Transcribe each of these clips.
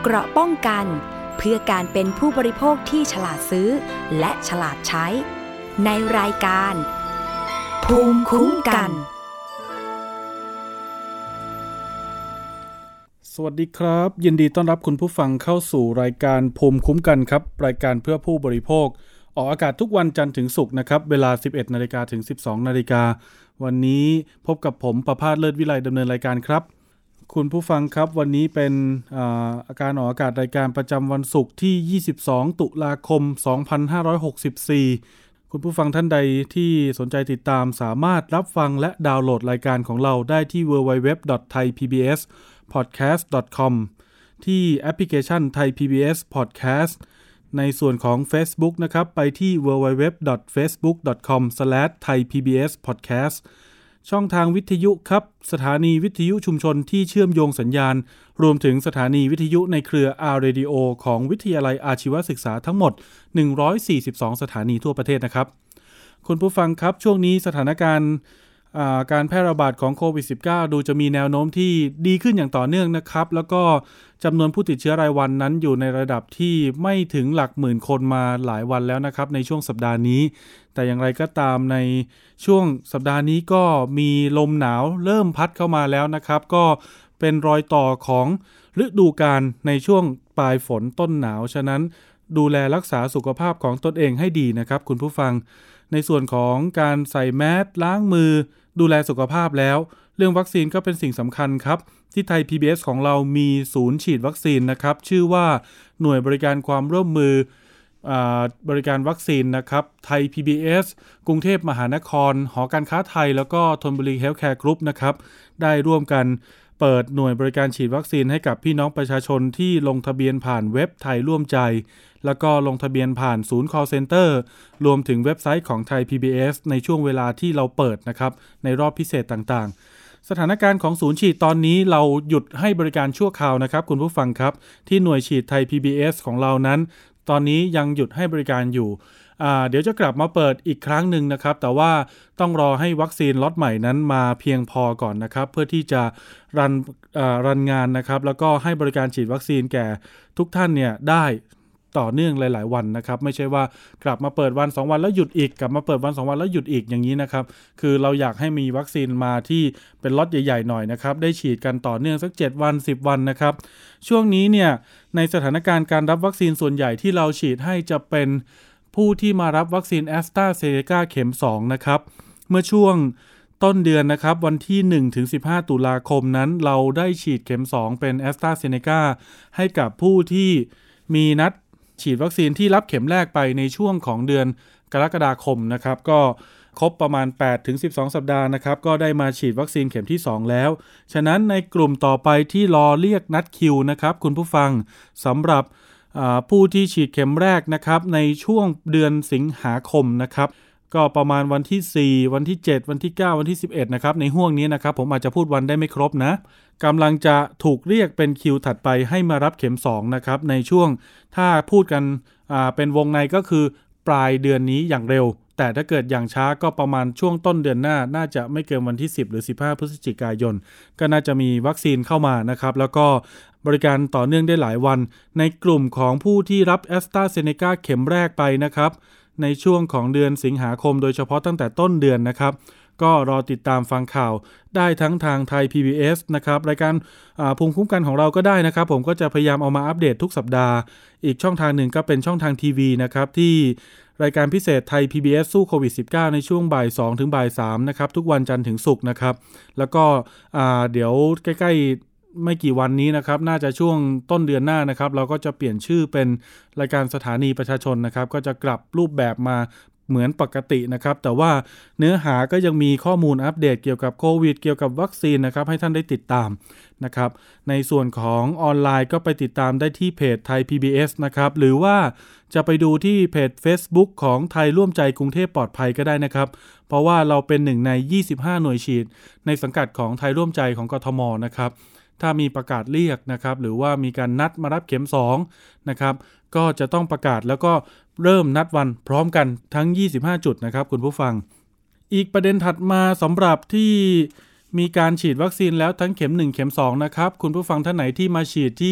เกราะป้องกันเพื่อการเป็นผู้บริโภคที่ฉลาดซื้อและฉลาดใช้ในรายการภูมิคุ้มกันสวัสดีครับยินดีต้อนรับคุณผู้ฟังเข้าสู่รายการภูมิคุ้มกันครับรายการเพื่อผู้บริโภคออกอากาศทุกวันจันทร์ถึงศุกร์นะครับเวลา 11:00 นถึง 12:00 นวันนี้พบกับผมประภาสเลิศวิไลดำเนินรายการครับคุณผู้ฟังครับวันนี้เป็นการออกอากาศรายการประจำวันศุกร์ที่22ตุลาคม2564คุณผู้ฟังท่านใดที่สนใจติดตามสามารถรับฟังและดาวน์โหลดรายการของเราได้ที่ www.thaipbspodcast.com ที่แอปพลิเคชัน Thai PBS Podcast ในส่วนของ Facebook นะครับไปที่ www.facebook.com/thaipbspodcast ช่องทางวิทยุครับสถานีวิทยุชุมชนที่เชื่อมโยงสัญญาณรวมถึงสถานีวิทยุในเครือ R-Radio ของวิทยาลัยอาชีวศึกษาทั้งหมด142สถานีทั่วประเทศนะครับคุณผู้ฟังครับช่วงนี้สถานการณ์การแพร่ระบาดของโควิด -19 ดูจะมีแนวโน้มที่ดีขึ้นอย่างต่อเนื่องนะครับแล้วก็จำนวนผู้ติดเชื้อรายวันนั้นอยู่ในระดับที่ไม่ถึงหลักหมื่นคนมาหลายวันแล้วนะครับในช่วงสัปดาห์นี้แต่อย่างไรก็ตามในช่วงสัปดาห์นี้ก็มีลมหนาวเริ่มพัดเข้ามาแล้วนะครับก็เป็นรอยต่อของฤดูกาลในช่วงปลายฝนต้นหนาวฉะนั้นดูแลรักษาสุขภาพของตนเองให้ดีนะครับคุณผู้ฟังในส่วนของการใส่แมสล้างมือดูแลสุขภาพแล้วเรื่องวัคซีนก็เป็นสิ่งสำคัญครับที่ไทย PBS ของเรามีศูนย์ฉีดวัคซีนนะครับชื่อว่าหน่วยบริการความร่วมมือบริการวัคซีนนะครับไทย PBS กรุงเทพมหานครหอการค้าไทยแล้วก็ธนบุรีเฮลท์แคร์กรุ๊ปนะครับได้ร่วมกันเปิดหน่วยบริการฉีดวัคซีนให้กับพี่น้องประชาชนที่ลงทะเบียนผ่านเว็บไทยร่วมใจแล้วก็ลงทะเบียนผ่านศูนย์ call center รวมถึงเว็บไซต์ของไทย PBS ในช่วงเวลาที่เราเปิดนะครับในรอบพิเศษต่างๆสถานการณ์ของศูนย์ฉีดตอนนี้เราหยุดให้บริการชั่วคราวนะครับคุณผู้ฟังครับที่หน่วยฉีดไทย PBS ของเรานั้นตอนนี้ยังหยุดให้บริการอยู่เดี๋ยวจะกลับมาเปิดอีกครั้งหนึ่งนะครับแต่ว่าต้องรอให้วัคซีนล็อตใหม่นั้นมาเพียงพอก่อนนะครับเพื่อที่จะรันงานนะครับแล้วก็ให้บริการฉีดวัคซีนแก่ทุกท่านเนี่ยได้ต่อเนื่องหลายๆวันนะครับไม่ใช่ว่ากลับมาเปิดวัน2วันแล้วหยุดอีกกลับมาเปิดวัน2วันแล้วหยุดอีกอย่างนี้นะครับคือเราอยากให้มีวัคซีนมาที่เป็นล็อตใหญ่ๆหน่อยนะครับได้ฉีดกันต่อเนื่องสัก7วัน10วันนะครับช่วงนี้เนี่ยในสถานการณ์การรับวัคซีนส่วนใหญ่ที่เราฉีดให้จะเป็นผู้ที่มารับวัคซีน AstraZeneca เข็ม2นะครับเมื่อช่วงต้นเดือนนะครับวันที่1ถึง15ตุลาคมนั้นเราได้ฉีดเข็ม2เป็น AstraZeneca ให้กับผู้ที่มีนัดฉีดวัคซีนที่รับเข็มแรกไปในช่วงของเดือนกรกฎาคมนะครับก็ครบประมาณ8ถึง12สัปดาห์นะครับก็ได้มาฉีดวัคซีนเข็มที่2แล้วฉะนั้นในกลุ่มต่อไปที่รอเรียกนัดคิวนะครับคุณผู้ฟังสำหรับผู้ที่ฉีดเข็มแรกนะครับในช่วงเดือนสิงหาคมนะครับก็ประมาณวันที่4วันที่7วันที่9วันที่11นะครับในห่วงนี้นะครับผมอาจจะพูดวันได้ไม่ครบนะกำลังจะถูกเรียกเป็นคิวถัดไปให้มารับเข็ม2นะครับในช่วงถ้าพูดกันเป็นวงในก็คือปลายเดือนนี้อย่างเร็วแต่ถ้าเกิดอย่างช้าก็ประมาณช่วงต้นเดือนหน้าน่าจะไม่เกินวันที่10หรือ15พฤศจิกายนก็น่าจะมีวัคซีนเข้ามานะครับแล้วก็บริการต่อเนื่องได้หลายวันในกลุ่มของผู้ที่รับ AstraZeneca เข็มแรกไปนะครับในช่วงของเดือนสิงหาคมโดยเฉพาะตั้งแต่ต้นเดือนนะครับก็รอติดตามฟังข่าวได้ทั้งทางไทย PBS นะครับรายการภูมิคุ้มกันของเราก็ได้นะครับผมก็จะพยายามเอามาอัปเดตทุกสัปดาห์อีกช่องทางหนึ่งก็เป็นช่องทางทีวีนะครับที่รายการพิเศษไทย PBS สู้โควิด -19 ในช่วงบ่าย2ถึงบ่าย3นะครับทุกวันจันทร์ถึงศุกร์นะครับแล้วก็เดี๋ยวใกล้ๆไม่กี่วันนี้นะครับน่าจะช่วงต้นเดือนหน้านะครับเราก็จะเปลี่ยนชื่อเป็นรายการสถานีประชาชนนะครับก็จะกลับรูปแบบมาเหมือนปกตินะครับแต่ว่าเนื้อหาก็ยังมีข้อมูลอัปเดตเกี่ยวกับโควิดเกี่ยวกับวัคซีนนะครับให้ท่านได้ติดตามนะครับในส่วนของออนไลน์ก็ไปติดตามได้ที่เพจไทย PBS นะครับหรือว่าจะไปดูที่เพจ Facebook ของไทยร่วมใจกรุงเทพปลอดภัยก็ได้นะครับเพราะว่าเราเป็นหนึ่งใน25หน่วยฉีดในสังกัดของไทยร่วมใจของกทมนะครับถ้ามีประกาศเรียกนะครับหรือว่ามีการนัดมารับเข็ม2นะครับก็จะต้องประกาศแล้วก็เริ่มนัดวันพร้อมกันทั้ง25จุดนะครับคุณผู้ฟังอีกประเด็นถัดมาสำหรับที่มีการฉีดวัคซีนแล้วทั้งเข็ม1เข็ม2นะครับคุณผู้ฟังท่านไหนที่มาฉีดที่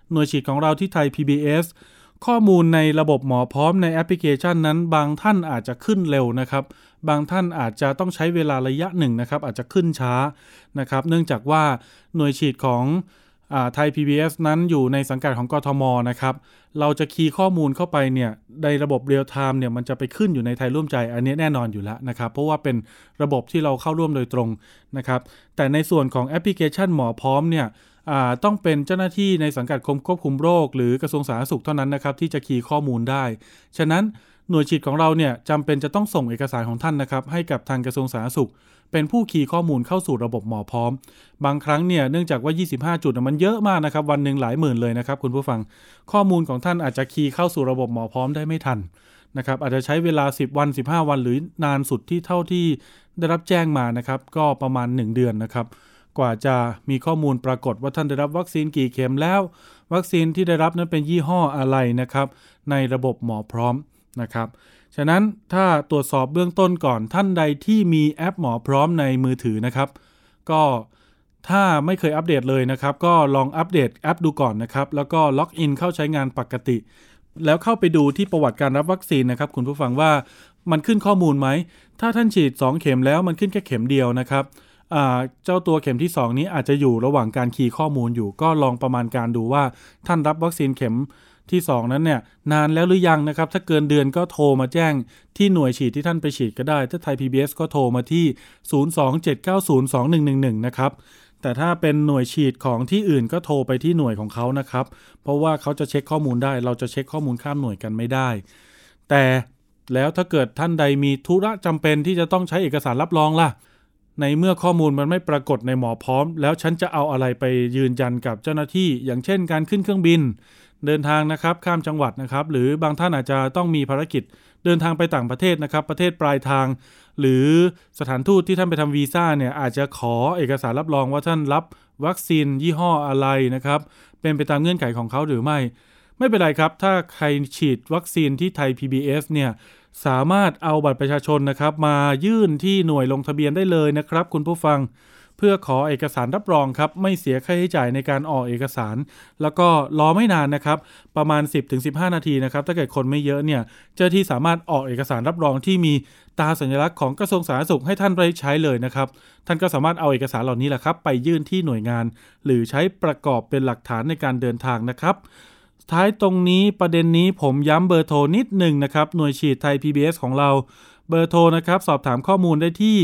หน่วยฉีดของเราที่ไทย PBS ข้อมูลในระบบหมอพร้อมในแอปพลิเคชันนั้นบางท่านอาจจะขึ้นเร็วนะครับบางท่านอาจจะต้องใช้เวลาระยะหนึ่งนะครับอาจจะขึ้นช้านะครับเนื่องจากว่าหน่วยฉีดของไทย PBS นั้นอยู่ในสังกัดของกทมนะครับเราจะคีย์ข้อมูลเข้าไปเนี่ยในระบบเรียลไทม์เนี่ยมันจะไปขึ้นอยู่ในไทยร่วมใจอันนี้แน่นอนอยู่แล้วนะครับเพราะว่าเป็นระบบที่เราเข้าร่วมโดยตรงนะครับแต่ในส่วนของแอปพลิเคชันหมอพร้อมเนี่ยต้องเป็นเจ้าหน้าที่ในสังกัดกรมควบคุมโรคหรือกระทรวงสาธารณสุขเท่านั้นนะครับที่จะคีย์ข้อมูลได้ฉะนั้นหน่วยฉีดของเราเนี่ยจำเป็นจะต้องส่งเอกสารของท่านนะครับให้กับทางกระทรวงสาธารณสุขเป็นผู้คีย์ข้อมูลเข้าสู่ระบบหมอพร้อมบางครั้งเนี่ยเนื่องจากว่า25จุดมันเยอะมากนะครับวันนึงหลายหมื่นเลยนะครับคุณผู้ฟังข้อมูลของท่านอาจจะคีย์เข้าสู่ระบบหมอพร้อมได้ไม่ทันนะครับอาจจะใช้เวลา10วัน15วันหรือนานสุดที่เท่าที่ได้รับแจ้งมานะครับก็ประมาณ1เดือนนะครับกว่าจะมีข้อมูลปรากฏว่าท่านได้รับวัคซีนกี่เข็มแล้ววัคซีนที่ได้รับนั้นเป็นยี่ห้ออะไรนะครับในระบบหมอพร้อมนะครับฉะนั้นถ้าตรวจสอบเบื้องต้นก่อนท่านใดที่มีแอปหมอพร้อมในมือถือนะครับก็ถ้าไม่เคยอัปเดตเลยนะครับก็ลองอัปเดตแอปดูก่อนนะครับแล้วก็ล็อกอินเข้าใช้งานปกติแล้วเข้าไปดูที่ประวัติการรับวัคซีนนะครับคุณผู้ฟังว่ามันขึ้นข้อมูลไหมถ้าท่านฉีด2เข็มแล้วมันขึ้นแค่เข็มเดียวนะครับเจ้าตัวเข็มที่2นี้อาจจะอยู่ระหว่างการคีย์ข้อมูลอยู่ก็ลองประมาณการดูว่าท่านรับวัคซีนเข็มที่2นั้นเนี่ยนานแล้วหรือยังนะครับถ้าเกินเดือนก็โทรมาแจ้งที่หน่วยฉีดที่ท่านไปฉีดก็ได้ถ้าไทย PBS ก็โทรมาที่027902111นะครับแต่ถ้าเป็นหน่วยฉีดของที่อื่นก็โทรไปที่หน่วยของเขานะครับเพราะว่าเขาจะเช็คข้อมูลได้เราจะเช็คข้อมูลข้ามหน่วยกันไม่ได้แต่แล้วถ้าเกิดท่านใดมีธุระจำเป็นที่จะต้องใช้เอกสารรับรองล่ะในเมื่อข้อมูลมันไม่ปรากฏในหมอพร้อมแล้วฉันจะเอาอะไรไปยืนยันกับเจ้าหน้าที่อย่างเช่นการขึ้นเครื่องบินเดินทางนะครับข้ามจังหวัดนะครับหรือบางท่านอาจจะต้องมีภารกิจเดินทางไปต่างประเทศนะครับประเทศปลายทางหรือสถานทูตที่ท่านไปทำวีซ่าเนี่ยอาจจะขอเอกสารรับรองว่าท่านรับวัคซีนยี่ห้ออะไรนะครับเป็นไปตามเงื่อนไขของเขาหรือไม่เป็นไรครับถ้าใครฉีดวัคซีนที่ไทย PBS เนี่ยสามารถเอาบัตรประชาชนนะครับมายื่นที่หน่วยลงทะเบียนได้เลยนะครับคุณผู้ฟังเพื่อขอเอกสารรับรองครับไม่เสียค่าใช้จ่ายในการออกเอกสารแล้วก็รอไม่นานนะครับประมาณ 10-15 นาทีนะครับถ้าเกิดคนไม่เยอะเนี่ยเจ้าที่สามารถออกเอกสารรับรองที่มีตราสัญลักษณ์ของกระทรวงสาธารณสุขให้ท่านไปใช้เลยนะครับท่านก็สามารถเอาเอกสารเหล่านี้แหละครับไปยื่นที่หน่วยงานหรือใช้ประกอบเป็นหลักฐานในการเดินทางนะครับท้ายตรงนี้ประเด็นนี้ผมย้ำเบอร์โทรนิดหนึ่งนะครับหน่วยฉีดไทย PBS ของเราเบอร์โทรนะครับสอบถามข้อมูลได้ที่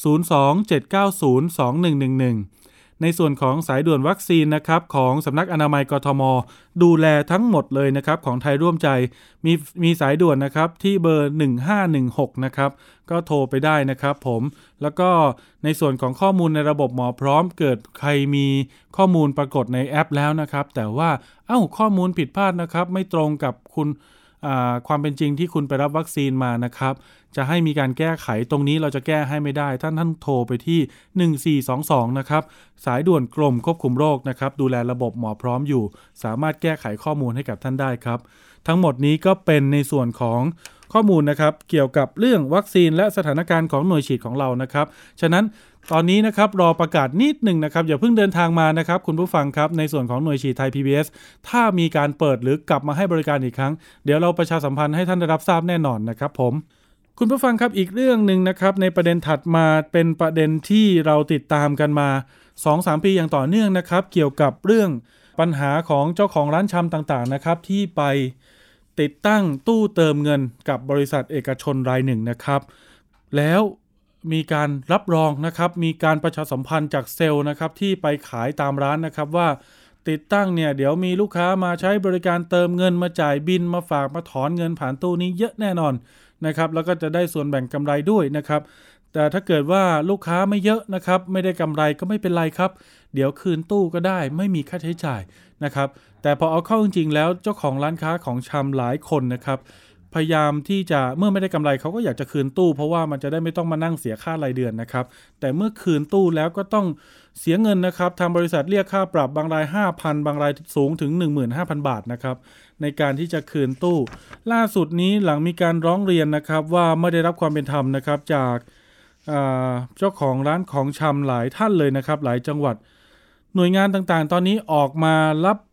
027902111ในส่วนของสายด่วนวัคซีนนะครับของสำนักอนามัยกทมดูแลทั้งหมดเลยนะครับของไทยร่วมใจมีสายด่วนนะครับที่เบอร์1516นะครับก็โทรไปได้นะครับผมแล้วก็ในส่วนของข้อมูลในระบบหมอพร้อมเกิดใครมีข้อมูลปรากฏในแอปแล้วนะครับแต่ว่าข้อมูลผิดพลาดนะครับไม่ตรงกับความเป็นจริงที่คุณไปรับวัคซีนมานะครับจะให้มีการแก้ไขตรงนี้เราจะแก้ให้ไม่ได้ท่านโทรไปที่1422นะครับสายด่วนกรมควบคุมโรคนะครับดูแลระบบหมอพร้อมอยู่สามารถแก้ไขข้อมูลให้กับท่านได้ครับทั้งหมดนี้ก็เป็นในส่วนของข้อมูลนะครับเกี่ยวกับเรื่องวัคซีนและสถานการณ์ของหน่วยฉีดของเรานะครับฉะนั้นตอนนี้นะครับรอประกาศนิดหนึ่งนะครับอย่าเพิ่งเดินทางมานะครับคุณผู้ฟังครับในส่วนของหน่วยฉีดไทย PBS ถ้ามีการเปิดหรือกลับมาให้บริการอีกครั้งเดี๋ยวเราประชาสัมพันธ์ให้ท่านได้รับทราบแน่นอนนะครับผมคุณผู้ฟังครับอีกเรื่องนึงนะครับในประเด็นถัดมาเป็นประเด็นที่เราติดตามกันมา 2-3 ปีอย่างต่อเนื่องนะครับเกี่ยวกับเรื่องปัญหาของเจ้าของร้านชำต่างๆนะครับที่ไปติดตั้งตู้เติมเงินกับบริษัทเอกชนรายหนึ่งนะครับแล้วมีการรับรองนะครับมีการประชาสัมพันธ์จากเซลล์นะครับที่ไปขายตามร้านนะครับว่าติดตั้งเนี่ยเดี๋ยวมีลูกค้ามาใช้บริการเติมเงินมาจ่ายบิลมาฝากมาถอนเงินผ่านตู้นี้เยอะแน่นอนนะครับแล้วก็จะได้ส่วนแบ่งกำไรด้วยนะครับแต่ถ้าเกิดว่าลูกค้าไม่เยอะนะครับไม่ได้กำไรก็ไม่เป็นไรครับเดี๋ยวคืนตู้ก็ได้ไม่มีค่าใช้จ่ายนะครับแต่พอเอาเข้าจริงๆแล้วเจ้าของร้านค้าของชำหลายคนนะครับพยายามที่จะเมื่อไม่ได้กำไรเขาก็อยากจะคืนตู้เพราะว่ามันจะได้ไม่ต้องมานั่งเสียค่ารายเดือนนะครับแต่เมื่อคืนตู้แล้วก็ต้องเสียเงินนะครับทางบริษัทเรียกค่าปรับบางราย 5,000 บางรายสูงถึง 15,000 บาทนะครับในการที่จะคืนตู้ล่าสุดนี้หลังมีการร้องเรียนนะครับว่าไม่ได้รับความเป็นธรรมนะครับจากเจ้าของร้านของชำหลายท่านเลยนะครับหลายจังหวัดหน่วยงานต่างๆตอนนี้ออกมารับ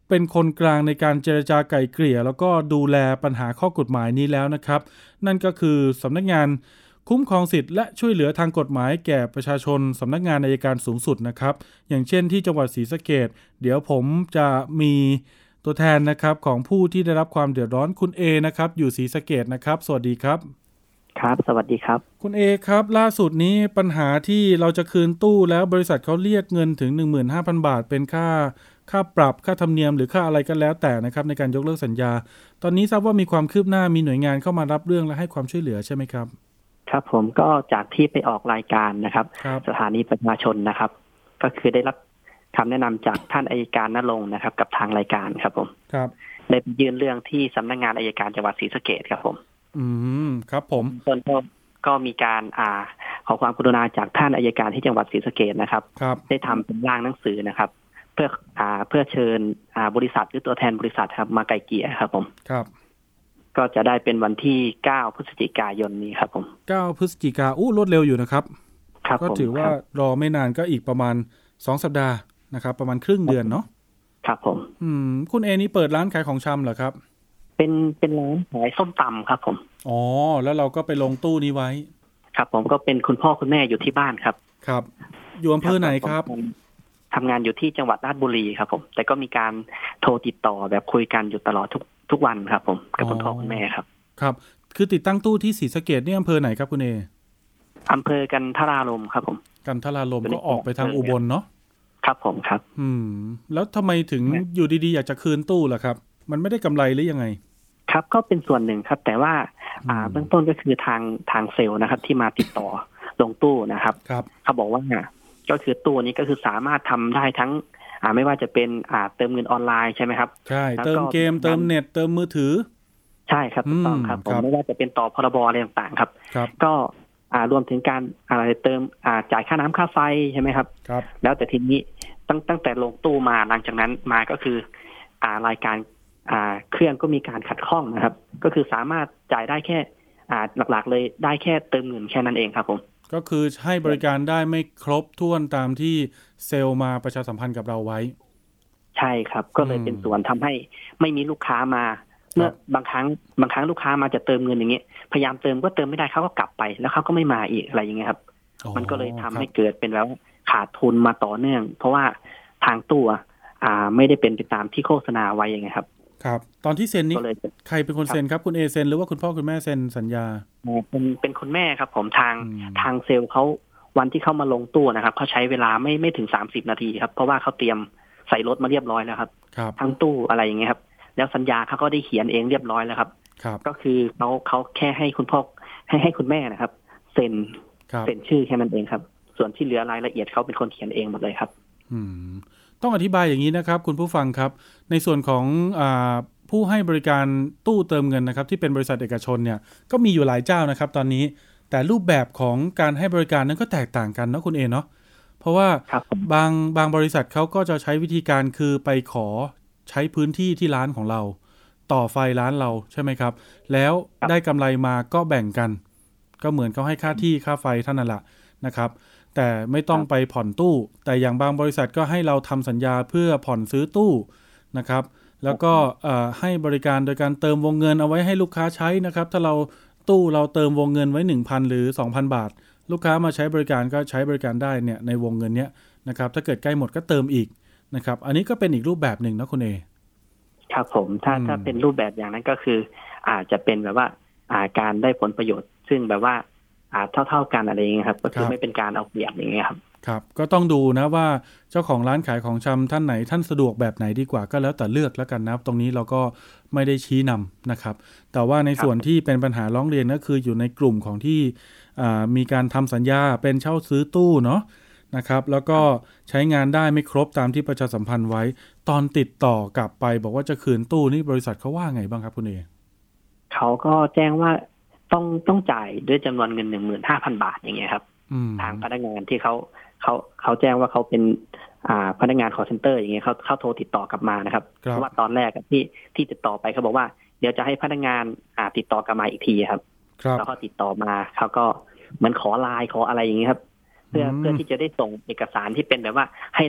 เป็นคนกลางในการเจรจาไกล่เกลี่ยแล้วก็ดูแลปัญหาข้อกฎหมายนี้แล้วนะครับนั่นก็คือสำนักงานคุ้มครองสิทธิ์และช่วยเหลือทางกฎหมายแก่ประชาชนสำนักงานอัยการสูงสุดนะครับอย่างเช่นที่จังหวัดศรีสะเกษเดี๋ยวผมจะมีตัวแทนนะครับของผู้ที่ได้รับความเดือดร้อนคุณเอนะครับอยู่ศรีสะเกษนะครับสวัสดีครับครับสวัสดีครับคุณเอครับล่าสุดนี้ปัญหาที่เราจะคืนตู้แล้วบริษัทเขาเรียกเงินถึง 15,000 บาทเป็นค่าปรับค่าธรรมเนียมหรือค่าอะไรก็แล้วแต่นะครับในการยกเลิกสัญญาตอนนี้ทราบว่ามีความคืบหน้ามีหน่วยงานเข้ามารับเรื่องและให้ความช่วยเหลือใช่ไหมครับครับผมก็จากที่ไปออกรายการนะครับสถานีประชาชนนะครับก็คือได้รับคำแนะนำจากท่านอัยการณรงค์นะครับกับทางรายการครับผมครับได้ไปยื่นเรื่องที่สำนักงานอัยการจังหวัดศรีสะเกษครับผมครับผมต้นก็มีการขอความกรุณาจากท่านอัยการที่จังหวัดศรีสะเกษนะครับได้ทำเป็นร่างหนังสือนะครับเพื่อเชิญบริษัทหรือตัวแทนบริษัทครับมาไกล่เกลี่ยครับผมครับก็จะได้เป็นวันที่9พฤศจิกายนนี้ครับผม 9พฤศจิกายนรวดเร็วอยู่นะครับก็ถือว่ารอไม่นานก็อีกประมาณ2สัปดาห์นะครับประมาณครึ่งเดือนเนาะครับผมคุณเอนี่เปิดร้านขายของชำเหรอครับเป็นร้านขายส้มตำครับผมอ๋อแล้วเราก็ไปลงตู้นี้ไว้ครับผมก็เป็นคุณพ่อคุณแม่อยู่ที่บ้านครับครับอยู่อำเภอไหนครับทำงานอยู่ที่จังหวัดราชบุรีครับผมแต่ก็มีการโทรติดต่อแบบคุยกันอยู่ตลอดทุกวันครับผมกับคุณพ่อคุณแม่ครับครับคือติดตั้งตู้ที่ศรีสะเกษนี่อำเภอไหนครับคุณเออำเภอกันทรารมครับผมกันทรารมก็ออกไปทางอุบลเนาะครับผมครับแล้วทำไมถึงอยู่ดีๆอยากจะคืนตู้ล่ะครับมันไม่ได้กำไรหรือยังไงครับก็เป็นส่วนหนึ่งครับแต่ว่าเบื้องต้นก็คือทางเซลล์นะครับที่มาติดต่อลงตู้นะครับเขาบอกว่าก็คือตู้นี้ก็คือสามารถทำได้ทั้งไม่ว่าจะเป็นเติมเงินออนไลน์ใช่ไหมครับใช่เติมเกมเติมเน็ตเติมมือถือใช่ครับถูกต้องครับผมไม่ว่าจะเป็นต่อพรบอะไรต่างๆครับก็รวมถึงการเติมจ่ายค่าน้ำค่าไฟใช่ไหมครับแล้วแต่ทีนี้ตั้งแต่ลงตู้มาหลังจากนั้นมาก็คือรายการเครื่องก็มีการขัดข้องนะครับก็คือสามารถจ่ายได้แค่หลักๆเลยได้แค่เติมเงินแค่นั้นเองครับผมก็คือให้บริการได้ไม่ครบถ้วนตามที่เซลล์มาประชาสัมพันธ์กับเราไว้ใช่ครับก็เลยเป็นส่วนทำให้ไม่มีลูกค้ามาเมื่อบางครั้งลูกค้ามาจะเติมเงินอย่างเงี้ยพยายามเติมก็เติมไม่ได้เขาก็กลับไปแล้วเขาก็ไม่มาอีกอะไรอย่างเงี้ยครับมันก็เลยทำให้เกิดเป็นแล้วขาดทุนมาต่อเนื่องเพราะว่าทางตู้ไม่ได้เป็นไปตามที่โฆษณาไว้ยังไงครับครับตอนที่เซ็นนี้ใครเป็นคนเซ็นครับคุณเอเซ็นหรือว่าคุณพ่อคุณแม่เซ็นสัญญาเป็นคุณแม่ครับผมทางเซลล์เขาวันที่เข้ามาลงตู้นะครับเขาใช้เวลาไม่ถึง30นาทีครับเพราะว่าเขาเตรียมใส่รถมาเรียบร้อยแล้วครับทั้งตู้อะไรอย่างเงี้ยครับแล้วสัญญาเขาก็ได้เขียนเองเรียบร้อยแล้วครับก็คือเขาแค่ให้คุณพ่อให้คุณแม่นะครับเซ็นชื่อแค่นั้นเองครับส่วนที่เหลือรายละเอียดเขาเป็นคนเขียนเองหมดเลยครับต้องอธิบายอย่างนี้นะครับคุณผู้ฟังครับในส่วนของผู้ให้บริการตู้เติมเงินนะครับที่เป็นบริษัทเอกชนเนี่ยก็มีอยู่หลายเจ้านะครับตอนนี้แต่รูปแบบของการให้บริการนั้นก็แตกต่างกันเนาะคุณเอเนาะเพราะว่าบางบริษัทเขาก็จะใช้วิธีการคือไปขอใช้พื้นที่ที่ร้านของเราต่อไฟร้านเราใช่ไหมครับแล้วได้กำไรมาก็แบ่งกันก็เหมือนเขาให้ค่าที่ค่าไฟเท่านั้นแหละนะครับแต่ไม่ต้องไปผ่อนตู้แต่อย่างบางบริษัทก็ให้เราทำสัญญาเพื่อผ่อนซื้อตู้นะครับแล้วก็ให้บริการโดยการเติมวงเงินเอาไว้ให้ลูกค้าใช้นะครับถ้าเราเติมวงเงินไว้ 1,000 หรือ 2,000 บาทลูกค้ามาใช้บริการก็ใช้บริการได้เนี่ยในวงเงินเนี้ยนะครับถ้าเกิดใกล้หมดก็เติมอีกนะครับอันนี้ก็เป็นอีกรูปแบบหนึ่งนะคุณเอครับผมถ้าเป็นรูปแบบอย่างนั้นก็คืออาจจะเป็นแบบว่าการได้ผลประโยชน์ซึ่งแบบว่าเท่ากันอะไรอย่างเงี้ยครับก็คือไม่เป็นการเอาเปรียบอย่างเงี้ยครับครับก็ต้องดูนะว่าเจ้าของร้านขายของชำท่านไหนท่านสะดวกแบบไหนดีกว่าก็แล้วแต่เลือกแล้วกันนะตรงนี้เราก็ไม่ได้ชี้นำนะครับแต่ว่าในส่วนที่เป็นปัญหาร้องเรียนก็คืออยู่ในกลุ่มของที่มีการทำสัญญาเป็นเช่าซื้อตู้เนาะนะครับแล้วก็ใช้งานได้ไม่ครบตามที่ประชาสัมพันธ์ไว้ตอนติดต่อกลับไปบอกว่าจะคืนตู้นี่บริษัทเขาว่าไงบ้างครับคุณเอเขาก็แจ้งว่าต้องจ่ายด้วยจำนวนเงิน 15,000 บาทอย่างเงี้ยครับทางพนักงานที่เขาแจ้งว่าเขาเป็นพนักงาน call center อย่างเงี้ยเขาโทรติดต่อกลับมานะครับเพราะว่าตอนแรกที่ติดต่อไปเขาบอกว่าเดี๋ยวจะให้พนักงานติดต่อกลับมาอีกทีครับแล้วก็ติดต่อมาเขาก็เหมือนขอไลน์ขออะไรอย่างเงี้ยครับเพื่อที่จะได้ส่งเอกสารที่เป็นแบบว่าให้เรา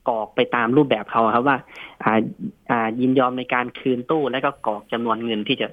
กรอกไปตามรูปแบบเขาครับว่ายินยอมในการคืนตู้แล้วก็กรอกจำนวนเงินที่จะ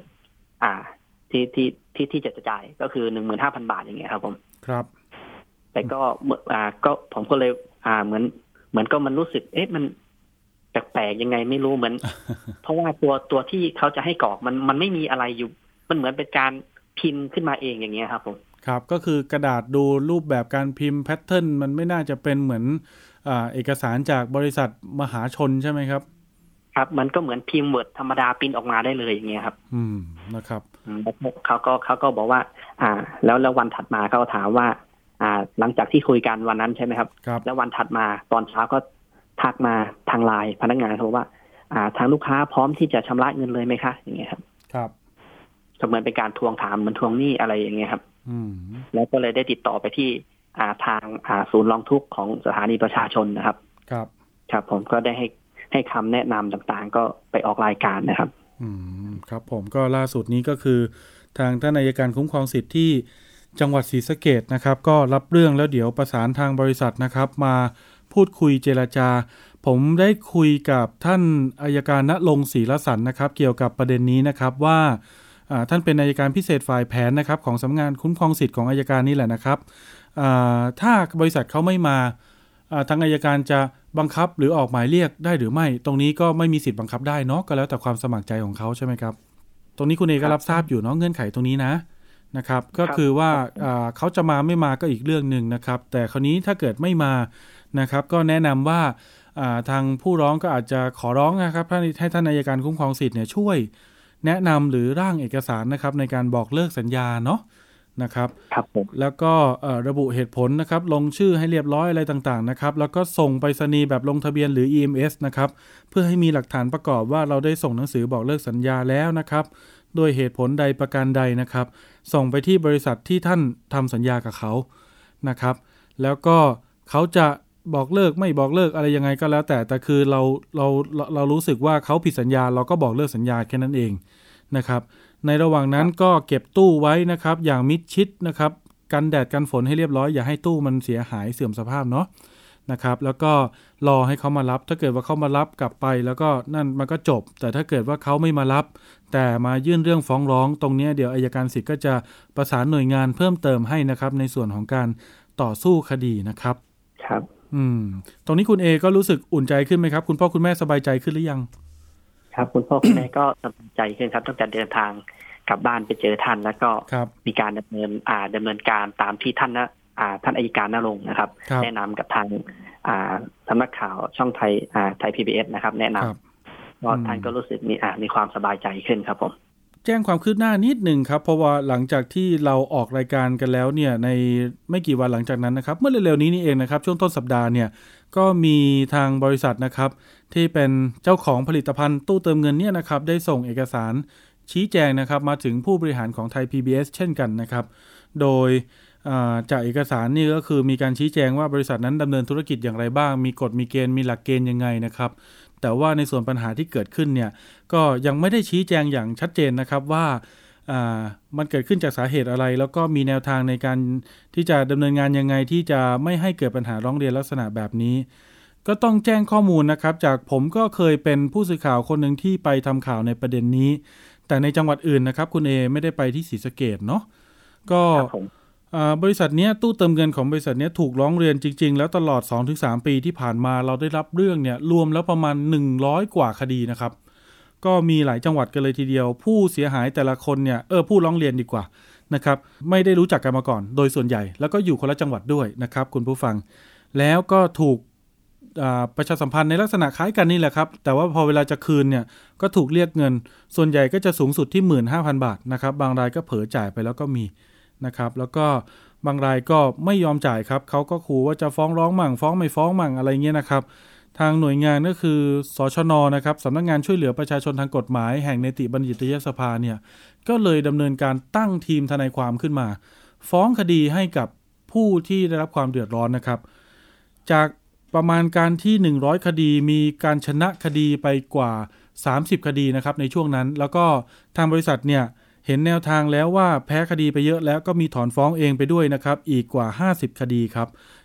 ที่จะจ่ายก็คือ 15,000 บาทอย่างเงี้ยครับผมครับแต่ก็ผมก็เลยเหมือนก็มันรู้สึกมันแปลกๆยังไงไม่รู้เหมือน เพราะว่าตัวที่เขาจะให้กรอกมันไม่มีอะไรอยู่มันเหมือนเป็นการพิมพ์ขึ้นมาเองอย่างเงี้ยครับผมครับก็คือกระดาษดูรูปแบบการพิมพ์แพทเทิร์นมันไม่น่าจะเป็นเหมือนเอกสารจากบริษัทมหาชนใช่ไหมครับครับมันก็เหมือนพิมพ์ Word ธรรมดาพิมพ์ออกมาได้เลยอย่างเงี้ยครับนะครับเขาก็บอกว่าแล้ววันถัดมาเขาถามว่าหลังจากที่คุยกันวันนั้นใช่ไหมครับแล้ววันถัดมาตอนเช้าก็ทักมาทางไลน์พนักงานเขาบอกว่าทางลูกค้าพร้อมที่จะชำระเงินเลยไหมคะอย่างเงี้ยครับครับก็เหมือนเป็นการทวงถามเหมือนทวงหนี้อะไรอย่างเงี้ยครับแล้วก็เลยได้ติดต่อไปที่ทางศูนย์ร้องทุกข์ของสถานีประชาชนนะครับครับผมก็ได้ให้คำแนะนำต่างๆก็ไปออกรายการนะครับครับผมก็ล่าสุดนี้ก็คือทางท่านอัยการคุ้มครองสิทธิ์ที่จังหวัดศรีสะเกษนะครับก็รับเรื่องแล้วเดี๋ยวประสานทางบริษัทนะครับมาพูดคุยเจรจาผมได้คุยกับท่านอัยการณรงค์ศรีละสันนะครับเกี่ยวกับประเด็นนี้นะครับว่าท่านเป็นอัยการพิเศษฝ่ายแผนนะครับของสำนักงานคุ้มครองสิทธิ์ของอัยการนี่แหละนะครับถ้าบริษัทเขาไม่มาทางอัยการจะบังคับหรือออกหมายเรียกได้หรือไม่ตรงนี้ก็ไม่มีสิทธิ์บังคับได้เนาะก็แล้วแต่ความสมัครใจของเขาใช่ไหมครับตรงนี้คุณเอก็รับทราบอยู่เนาะเงื่อนไขตรงนี้นะครับก็คือว่าเขาจะมาไม่มาก็อีกเรื่องนึงนะครับแต่คราวนี้ถ้าเกิดไม่มานะครับก็แนะนำว่าทางผู้ร้องก็อาจจะขอร้องนะครับให้ท่านอัยการคุ้มครองสิทธิ์เนี่ยช่วยแนะนำหรือร่างเอกสารนะครับในการบอกเลิกสัญญาเนาะนะครับแล้วก็ระบุเหตุผลนะครับลงชื่อให้เรียบร้อยอะไรต่างๆนะครับแล้วก็ส่งไปรษณีย์แบบลงทะเบียนหรือ EMS นะครับเพื่อให้มีหลักฐานประกอบว่าเราได้ส่งหนังสือบอกเลิกสัญญาแล้วนะครับโดยเหตุผลใดประการใดนะครับส่งไปที่บริษัทที่ท่านทำสัญญากับเขานะครับแล้วก็เขาจะบอกเลิกไม่บอกเลิกอะไรยังไงก็แล้วแต่คือเรารู้สึกว่าเขาผิดสัญญาเราก็บอกเลิกสัญญาแค่นั้นเองนะครับในระหว่างนั้นก็เก็บตู้ไว้นะครับอย่างมิดชิดนะครับกันแดดกันฝนให้เรียบร้อยอย่าให้ตู้มันเสียหายเสื่อมสภาพเนาะนะครับแล้วก็รอให้เขามารับถ้าเกิดว่าเขามารับกลับไปแล้วก็นั่นมันก็จบแต่ถ้าเกิดว่าเขาไม่มารับแต่มายื่นเรื่องฟ้องร้องตรงนี้เดี๋ยวอัยการสิทธิ์ก็จะประสานหน่วยงานเพิ่มเติมให้นะครับในส่วนของการต่อสู้คดีนะครับครับตรงนี้คุณเอก็รู้สึกอุ่นใจขึ้นไหมครับคุณพ่อคุณแม่สบายใจขึ้นหรือยังครับคุณพ่อคุณแม่ก็สบายใจขึ้นครับตั้งแต่เดินทางกลับบ้านไปเจอท่านแล้วก็มีการดำเนินการตามที่ท่านอัยการณรงค์นะครับแนะนำกับทางสำนักข่าวช่องไทย PBS นะครับแนะนำก็ท่านก็รู้สึกมีความสบายใจขึ้นครับผมแจ้งความคืบหน้านิดหนึ่งครับเพราะว่าหลังจากที่เราออกรายการกันแล้วเนี่ยในไม่กี่วันหลังจากนั้นนะครับเมื่อเร็วๆนี้นี่เองนะครับช่วงต้นสัปดาห์เนี่ยก็มีทางบริษัทนะครับที่เป็นเจ้าของผลิตภัณฑ์ตู้เติมเงินเนี่ยนะครับได้ส่งเอกสารชี้แจงนะครับมาถึงผู้บริหารของไทย PBS เช่นกันนะครับโดยจากเอกสารนี่ก็คือมีการชี้แจงว่าบริษัทนั้นดำเนินธุรกิจอย่างไรบ้างมีกฎมีเกณฑ์มีหลักเกณฑ์ยังไงนะครับแต่ว่าในส่วนปัญหาที่เกิดขึ้นเนี่ยก็ยังไม่ได้ชี้แจงอย่างชัดเจนนะครับว่ามันเกิดขึ้นจากสาเหตุอะไรแล้วก็มีแนวทางในการที่จะดำเนินงานยังไงที่จะไม่ให้เกิดปัญหาร้องเรียนลักษณะแบบนี้ก็ต้องแจ้งข้อมูลนะครับจากผมก็เคยเป็นผู้สื่อข่าวคนหนึ่งที่ไปทำข่าวในประเด็นนี้แต่ในจังหวัดอื่นนะครับคุณเอไม่ได้ไปที่ศรีสะเกษเนาะก็บริษัทนี้ตู้เติมเงินของบริษัทนี้ถูกร้องเรียนจริงๆแล้วตลอด 2-3 ปีที่ผ่านมาเราได้รับเรื่องเนี่ยรวมแล้วประมาณ100กว่าคดีนะครับก็มีหลายจังหวัดกันเลยทีเดียวผู้เสียหายแต่ละคนเนี่ยผู้ร้องเรียนดีกว่านะครับไม่ได้รู้จักกันมาก่อนโดยส่วนใหญ่แล้วก็อยู่คนละจังหวัดด้วยนะครับคุณผู้ฟังแล้วก็ถูกประชาสัมพันธ์ในลักษณะคล้ายกันนี่แหละครับแต่ว่าพอเวลาจะคืนเนี่ยก็ถูกเรียกเงินส่วนใหญ่ก็จะสูงสุดที่ 15,000 บาทนะครับบางรายก็เผลอจ่ายไปแล้วก็มีนะครับแล้วก็บางรายก็ไม่ยอมจ่ายครับเขาก็ขู่ว่าจะฟ้องร้องมั่งฟ้องไม่ฟ้องมั่งอะไรเงี้ยนะครับทางหน่วยงานก็คือสชน.นะครับสำนักงานช่วยเหลือประชาชนทางกฎหมายแห่งนิติบัญญัติสภาเนี่ยก็เลยดำเนินการตั้งทีมทนายความขึ้นมาฟ้องคดีให้กับผู้ที่ได้รับความเดือดร้อนนะครับจากประมาณการที่100คดีมีการชนะคดีไปกว่า30คดีนะครับในช่วงนั้นแล้วก็ทางบริษัทเนี่ยเห็นแนวทางแล้วว่าแพ้คดีไปเยอะแล้วก็มีถอนฟ้องเองไปด้วยนะครับอีกกว่า50คดีครับ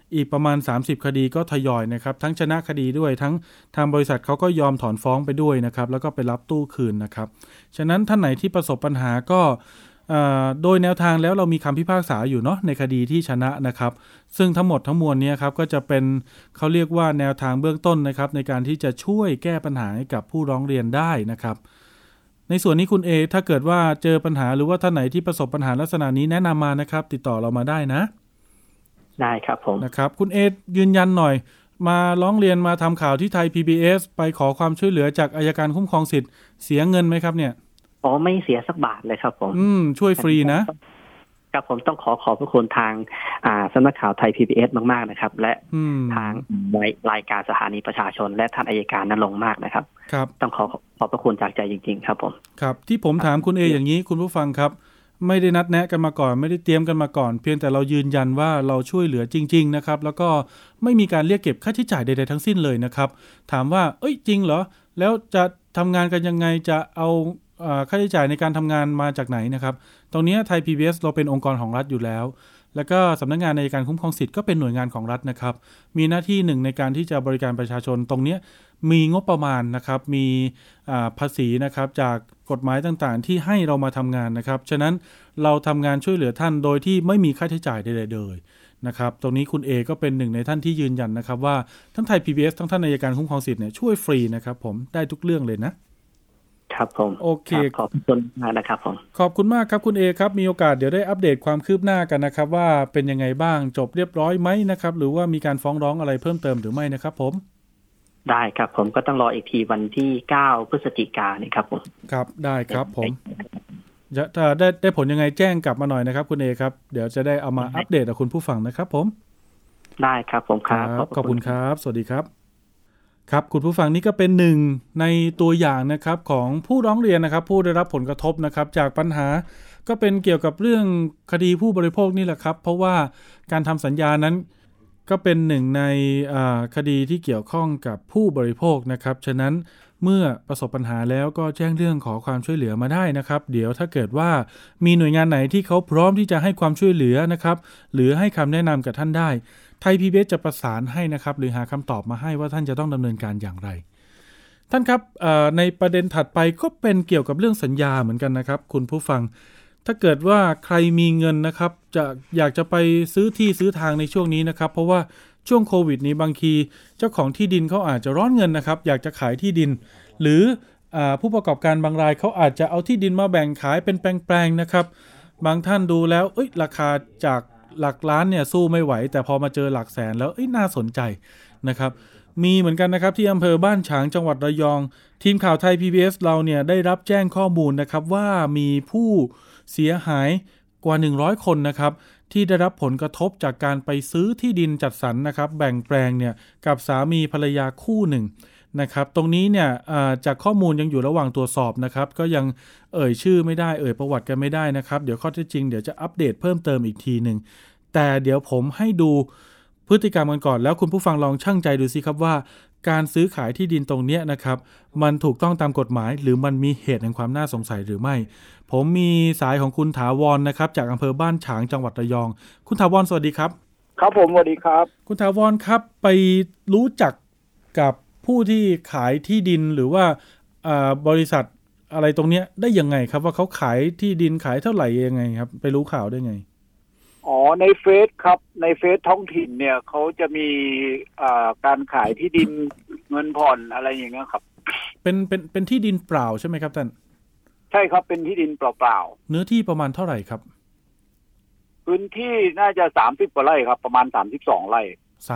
อีกประมาณ30คดีก็ทยอยนะครับทั้งชนะคดีด้วยทั้งทางบริษัทเขาก็ยอมถอนฟ้องไปด้วยนะครับแล้วก็ไปรับตู้คืนนะครับฉะนั้นท่านไหนที่ประสบปัญหาก็โดยแนวทางแล้วเรามีคำพิพากษาอยู่เนาะในคดีที่ชนะนะครับซึ่งทั้งหมดทั้งมวลนี้ครับก็จะเป็นเขาเรียกว่าแนวทางเบื้องต้นนะครับในการที่จะช่วยแก้ปัญหาให้กับผู้ร้องเรียนได้นะครับในส่วนนี้คุณเอถ้าเกิดว่าเจอปัญหาหรือว่าท่านไหนที่ประสบปัญหาลักษณะนี้แนะนำมานะครับติดต่อเรามาได้นะได้ครับผมนะครับคุณเอยืนยันหน่อยมาร้องเรียนมาทำข่าวที่ไทย PBS ไปขอความช่วยเหลือจากอัยการคุ้มครองสิทธิ์เสียเงินไหมครับเนี่ยอ๋อไม่เสียสักบาทเลยครับผมช่วยฟรีนะครับผมต้องขอบพระคุณทางสำนักข่าวไทย PBS มากๆนะครับและทางรายการสถานีประชาชนและท่านอัยการณรงค์มากนะครับครับต้องขอบพระคุณจากใจจริงๆครับผมครับที่ผมถามคุณเออย่างนี้คุณผู้ฟังครับไม่ได้นัดแนะกันมาก่อนไม่ได้เตรียมกันมาก่อนเพียงแต่เรายืนยันว่าเราช่วยเหลือจริงๆนะครับแล้วก็ไม่มีการเรียกเก็บค่าใช้จ่ายใดๆทั้งสิ้นเลยนะครับถามว่าจริงเหรอแล้วจะทำงานกันยังไงจะเอาค่าใช้จ่ายในการทำงานมาจากไหนนะครับตรงนี้ไทย PBS เราเป็นองค์กรของรัฐอยู่แล้วแล้วก็สำนักงานอัยการคุ้มครองสิทธิ์ก็เป็นหน่วยงานของรัฐนะครับมีหน้าที่หนึ่งในการที่จะบริการประชาชนตรงนี้มีงบประมาณนะครับมีภาษีนะครับจากกฎหมายต่างๆที่ให้เรามาทำงานนะครับฉะนั้นเราทำงานช่วยเหลือท่านโดยที่ไม่มีค่าใช้จ่ายใดๆเลยนะครับตรงนี้คุณเอก็เป็นหนึ่งในท่านที่ยืนยันนะครับว่าทั้งไทย PBS ทั้งท่านอัยการคุ้มครองสิทธิ์เนี่ยช่วยฟรีนะครับผมได้ทุกเรื่องเลยนะครับผมโอเคขอบคุณมากนะครับผมขอบคุณมากครับคุณเอครับมีโอกาสเดี๋ยวได้อัปเดตความคืบหน้ากันนะครับว่าเป็นยังไงบ้างจบเรียบร้อยไหมนะครับหรือว่ามีการฟ้องร้องอะไรเพิ่มเติมหรือไม่นะครับผมได้ครับผมก็ต้องรออีกทีวันที่9พฤศจิกายนครับผมครับได้ครับผมถ้าได้ผลยังไงแจ้งกลับมาหน่อยนะครับคุณเอครับเดี๋ยวจะได้เอามาอัปเดตกับคุณผู้ฟังนะครับผมได้ครับผมครับขอบคุณครับสวัสดีครับครับคุณผู้ฟังนี่ก็เป็นหนึ่งในตัวอย่างนะครับของผู้ร้องเรียนนะครับผู้ได้รับผลกระทบนะครับจากปัญหาก็เป็นเกี่ยวกับเรื่องคดีผู้บริโภคนี่แหละครับเพราะว่าการทำสัญญานั้นก็เป็นหนึ่งในคดีที่เกี่ยวข้องกับผู้บริโภคนะครับฉะนั้นเมื่อประสบปัญหาแล้วก็แจ้งเรื่องขอความช่วยเหลือมาได้นะครับเดี๋ยวถ้าเกิดว่ามีหน่วยงานไหนที่เขาพร้อมที่จะให้ความช่วยเหลือนะครับหรือให้คำแนะนำกับท่านได้ไทย PBS จะประสานให้นะครับหรือหาคำตอบมาให้ว่าท่านจะต้องดำเนินการอย่างไรท่านครับในประเด็นถัดไปก็เป็นเกี่ยวกับเรื่องสัญญาเหมือนกันนะครับคุณผู้ฟังถ้าเกิดว่าใครมีเงินนะครับอยากจะไปซื้อที่ซื้อทางในช่วงนี้นะครับเพราะว่าช่วงโควิดนี้บางทีเจ้าของที่ดินเขาอาจจะร้อนเงินนะครับอยากจะขายที่ดินหรือผู้ประกอบการบางรายเขาอาจจะเอาที่ดินมาแบ่งขายเป็นแปลงๆนะครับบางท่านดูแล้วราคาจากหลักล้านเนี่ยสู้ไม่ไหวแต่พอมาเจอหลักแสนแล้วน่าสนใจนะครับมีเหมือนกันนะครับที่อำเภอบ้านฉางจังหวัดระยองทีมข่าวไทย PBS เราเนี่ยได้รับแจ้งข้อมูลนะครับว่ามีผู้เสียหายกว่า100คนนะครับที่ได้รับผลกระทบจากการไปซื้อที่ดินจัดสรรนะครับแบ่งแปลงเนี่ยกับสามีภรรยาคู่หนึ่งนะครับตรงนี้เนี่ยจากข้อมูลยังอยู่ระหว่างตรวจสอบนะครับก็ยังชื่อไม่ได้ประวัติกันไม่ได้นะครับเดี๋ยวข้อเท็จจริงเดี๋ยวจะอัปเดตเพิ่มเติมอีกทีนึงแต่เดี๋ยวผมให้ดูพฤติกรรมกันก่อนแล้วคุณผู้ฟังลองชั่งใจดูสิครับว่าการซื้อขายที่ดินตรงนี้นะครับมันถูกต้องตามกฎหมายหรือมันมีเหตุแห่งความน่าสงสัยหรือไม่ผมมีสายของคุณถาวรนะครับจากอำเภอบ้านฉางจังหวัดระยองคุณถาวรสวัสดีครับครับผมสวัสดีครับคุณถาวรครับไปรู้จักกับผู้ที่ขายที่ดินหรือว่าบริษัทอะไรตรงนี้ได้ยังไงครับว่าเขาขายที่ดินขายเท่าไหร่ยังไงครับไปรู้ข่าวได้ไงในเฟซครับในเฟซท้องถิ่นเนี่ยเขาจะมีการขายที่ดินเงินผ่อนอะไรอย่างเงี้ยครับเป็นที่ดินเปล่าใช่ไหมครับท่านใช่ครับเป็นที่ดินเปล่าๆเนื้อที่ประมาณเท่าไหร่ครับพื้นที่น่าจะ30กว่าไร่ครับประมาณ32ไร่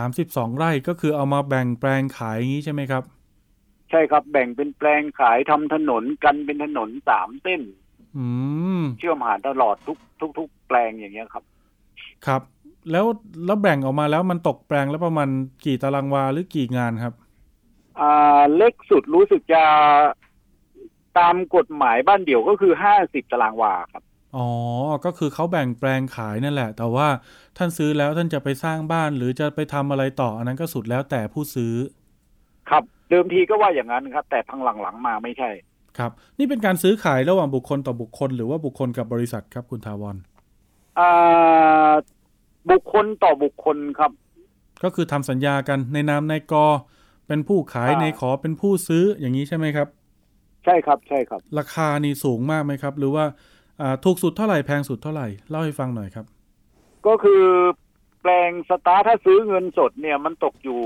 32ไร่ก็คือเอามาแบ่งแปลงขายอย่างนี้ใช่ไหมครับใช่ครับแบ่งเป็นแปลงขายทำถนนกันเป็นถนน3เส้นเชื่อมหาตลอดทุกแปลงอย่างเงี้ยครับครับแล้วแบ่งออกมาแล้วมันตกแปลงแล้วประมาณกี่ตารางวาหรือกี่งานครับเล็กสุดรู้สึกจะตามกฎหมายบ้านเดี่ยวก็คือ50ตารางวาครับก็คือเขาแบ่งแปลงขายนั่นแหละแต่ว่าท่านซื้อแล้วท่านจะไปสร้างบ้านหรือจะไปทำอะไรต่ออันนั้นก็สุดแล้วแต่ผู้ซื้อครับเดิมทีก็ว่าอย่างนั้นครับแต่พังหลังๆมาไม่ใช่ครับนี่เป็นการซื้อขายระหว่างบุคคลต่อบุคคลหรือว่าบุคคลกับบริษัทครับคุณถาวรบุคคลต่อบุคคลครับก็คือทำสัญญากันในนามนายกเป็นผู้ขายนายขอเป็นผู้ซื้ออย่างนี้ใช่ไหมครับใช่ครับใช่ครับราคานี่สูงมากไหมครับหรือว่าถูกสุดเท่าไหร่แพงสุดเท่าไหร่เล่าให้ฟังหน่อยครับก็คือแปลงสตาร์ถ้าซื้อเงินสดเนี่ยมันตกอยู่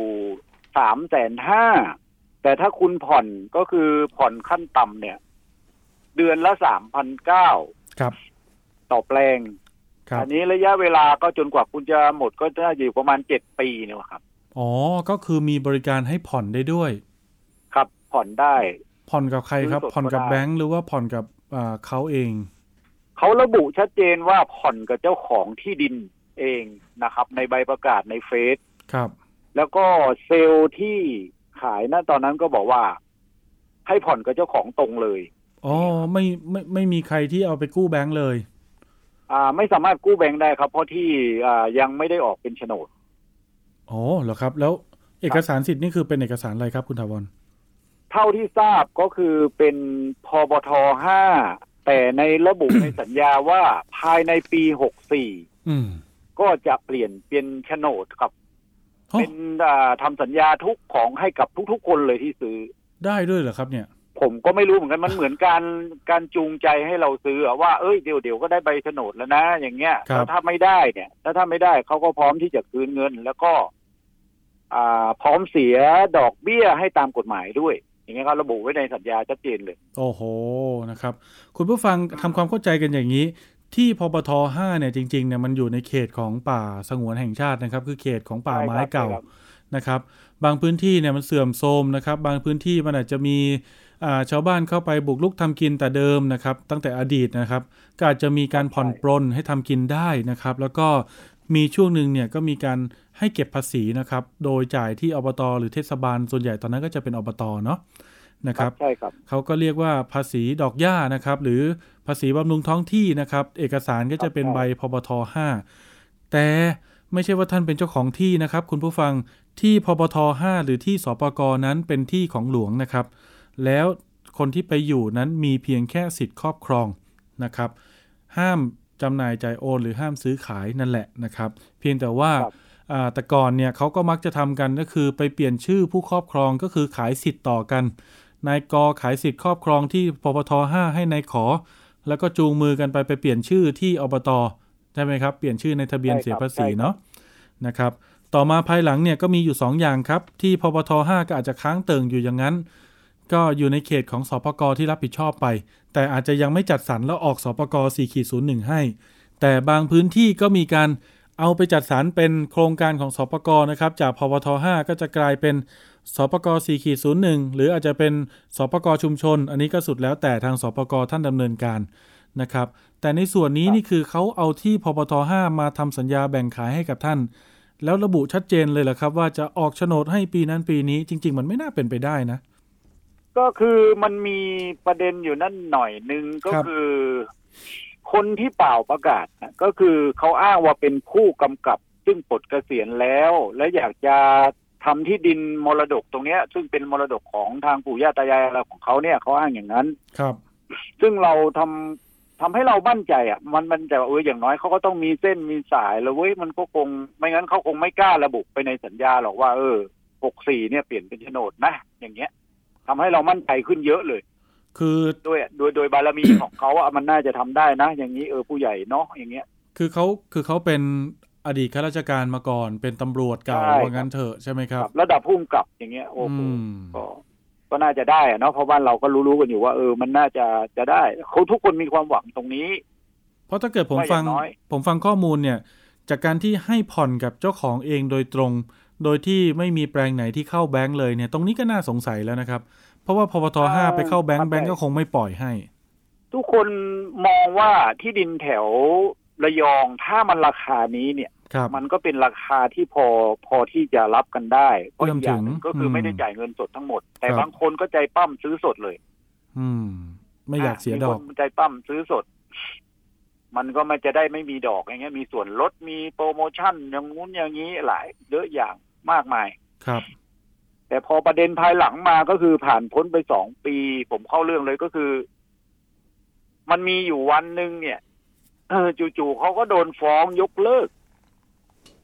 350,000แต่ถ้าคุณผ่อนก็คือผ่อนขั้นต่ำเนี่ยเดือนละ3,900 ครับต่อแปลงอันนี้ระยะเวลาก็จนกว่าคุณจะหมดก็จะอยู่ประมาณ7 ปีเนี่ยครับอ๋อก็คือมีบริการให้ผ่อนได้ด้วยครับผ่อนได้ผ่อนกับใครครับผ่อนกับแบงค์หรือว่าผ่อนกับเขาเองเขาระบุชัดเจนว่าผ่อนกับเจ้าของที่ดินเองนะครับในใบประกาศในเฟซครับแล้วก็เซลล์ที่ขายนะตอนนั้นก็บอกว่าให้ผ่อนกับเจ้าของตรงเลยอ๋อไม่มีใครที่เอาไปกู้แบงค์เลยไม่สามารถกู้แบงค์ได้ครับเพราะที่ยังไม่ได้ออกเป็นโฉนดอ๋อเหรอครับแล้วเอกสารสิทธิ์นี่คือเป็นเอกสารอะไรครับคุณถาวรเท่าที่ทราบก็คือเป็นพบท.5แต่ในระบุในสัญญาว่าภายในปี64ก็จะเปลี่ยนเป็นโฉนดครับเป็นทำสัญญาทุกของให้กับทุกๆคนเลยที่ซื้อได้ด้วยเหรอครับเนี่ยผมก็ไม่รู้เหมือนกันมันเหมือนการจูงใจให้เราซื้อว่าเอ้ยเดี๋ยวก็ได้ใบโฉนดแล้วนะอย่างเงี้ยแล้วถ้าไม่ได้เนี่ยถ้าไม่ได้เขาก็พร้อมที่จะคืนเงินแล้วก็พร้อมเสียดอกเบี้ยให้ตามกฎหมายด้วยอย่างเงี้ยเขาระบุไว้ในสัญญาชัดเจนเลยโอ้โหนะครับคุณผู้ฟังทำความเข้าใจกันอย่างนี้ที่พบท.5เนี่ยจริงๆเนี่ยมันอยู่ในเขตของป่าสงวนแห่งชาตินะครับคือเขตของป่าไม้เก่านะครับบางพื้นที่เนี่ยมันเสื่อมโทรมนะครับบางพื้นที่มันอาจจะมีชาวบ้านเข้าไปบุกรุกทำกินแต่เดิมนะครับตั้งแต่อดีตนะครับก็อาจจะมีการผ่อนปรนให้ทำกินได้นะครับแล้วก็มีช่วงนึงเนี่ยก็มีการให้เก็บภาษีนะครับโดยจ่ายที่อบต.หรือเทศบาลส่วนใหญ่ตอนนั้นก็จะเป็นอบต.เนาะนะครับใช่ครับเขาก็เรียกว่าภาษีดอกหญ้านะครับหรือภาษีบำรุงท้องที่นะครับเอกสารก็จะเป็นใบพบท.5แต่ไม่ใช่ว่าท่านเป็นเจ้าของที่นะครับคุณผู้ฟังที่พบท.5หรือที่สปก.นั้นเป็นที่ของหลวงนะครับแล้วคนที่ไปอยู่นั้นมีเพียงแค่สิทธิ์ครอบครองนะครับห้ามจำหน่ายจ่ายโอนหรือห้ามซื้อขายนั่นแหละนะครับเพียงแต่ว่าแต่ก่อนเนี่ยเขาก็มักจะทำกันก็คือไปเปลี่ยนชื่อผู้ครอบครองก็คือขายสิทธิ์ต่อกันนายกขายสิทธิ์ครอบครองที่พบท.5ให้นายขอแล้วก็จูงมือกันไปเปลี่ยนชื่อที่อบต.ใช่ไหมครับเปลี่ยนชื่อในทะเบียนเสียภาษีเนาะนะครับต่อมาภายหลังเนี่ยก็มีอยู่2อย่างครับที่พบท.5ก็อาจจะค้างเติ่งอยู่อย่างนั้นก็อยู่ในเขตของสปก.ที่รับผิดชอบไปแต่อาจจะยังไม่จัดสรรแล้วออกสปก.4-01 ให้แต่บางพื้นที่ก็มีการเอาไปจัดสรรเป็นโครงการของสปก.นะครับจากพบท.5ก็จะกลายเป็นสปก.4-01 หรืออาจจะเป็นสปก.ชุมชนอันนี้ก็สุดแล้วแต่ทางสปก.ท่านดำเนินการนะครับแต่ในส่วนนี้นี่คือเขาเอาที่พบท.5มาทำสัญญาแบ่งขายให้กับท่านแล้วระบุชัดเจนเลยเหรอครับว่าจะออกโฉนดให้ปีนั้นปีนี้จริงๆมันไม่น่าเป็นไปได้นะก็คือมันมีประเด็นอยู่นั่นหน่อยนึงก็คือคนที่เป่าประกาศนะก็คือเขาอ้างว่าเป็นผู้กำกับซึ่งปลดเกษียณแล้วและอยากจะทำที่ดินมรดกตรงนี้ซึ่งเป็นมรดกของทางปู่ย่าตายายอะไรของเขาเนี่ยเขาอ้างอย่างนั้นครับซึ่งเราทำให้เรามั่นใจอ่ะมันแต่อย่างน้อยเขาก็ต้องมีเส้นมีสายแล้วเว้ยมันก็คงไม่งั้นเขาคงไม่กล้าระบุไปในสัญญาหรอกว่า64เนี่ยเปลี่ยนเป็นโฉนดนะอย่างเงี้ยทำให้เรามั่นใจขึ้นเยอะเลยคือโดยบารมีของเขาอ่ะมันน่าจะทำได้นะอย่างนี้ผู้ใหญ่เนาะอย่างเงี้ยคือเขาเป็นอดีตข้าราชการมาก่อนเป็นตำรวจเก่าว่างั้นเถอะใช่ไหมครับระดับผู้กำกับอย่างเงี้ยโอ้โหก็น่าจะได้อะเนาะเพราะบ้านเราก็รู้กันอยู่ว่ามันน่าจะได้เขาทุกคนมีความหวังตรงนี้เพราะถ้าเกิดผมฟังข้อมูลเนี่ยจากการที่ให้ผ่อนกับเจ้าของเองโดยตรงโดยที่ไม่มีแปลงไหนที่เข้าแบงค์เลยเนี่ยตรงนี้ก็น่าสงสัยแล้วนะครับเพราะว่าพบท.5ไปเข้าแบงค์ก็คงไม่ปล่อยให้ทุกคนมองว่าที่ดินแถวระยองถ้ามันราคานี้เนี่ยมันก็เป็นราคาที่พอที่จะรับกันได้เพราะอย่างก็คือไม่ได้จ่ายเงินสดทั้งหมดแต่บางคนก็ใจปั้มซื้อสดเลยไม่อยากเสียดอกใจปั้มซื้อสดมันก็มันจะได้ไม่มีดอกอย่างเงี้ยมีส่วนลดมีโปรโมชั่นอย่างงู้นอย่างนี้หลายเยอะอย่างมากมายครับแต่พอประเด็นภายหลังมาก็คือผ่านพ้นไป2 ปีผมเข้าเรื่องเลยก็คือมันมีอยู่วันนึงเนี่ยจู่ๆเขาก็โดนฟ้องยกเลิก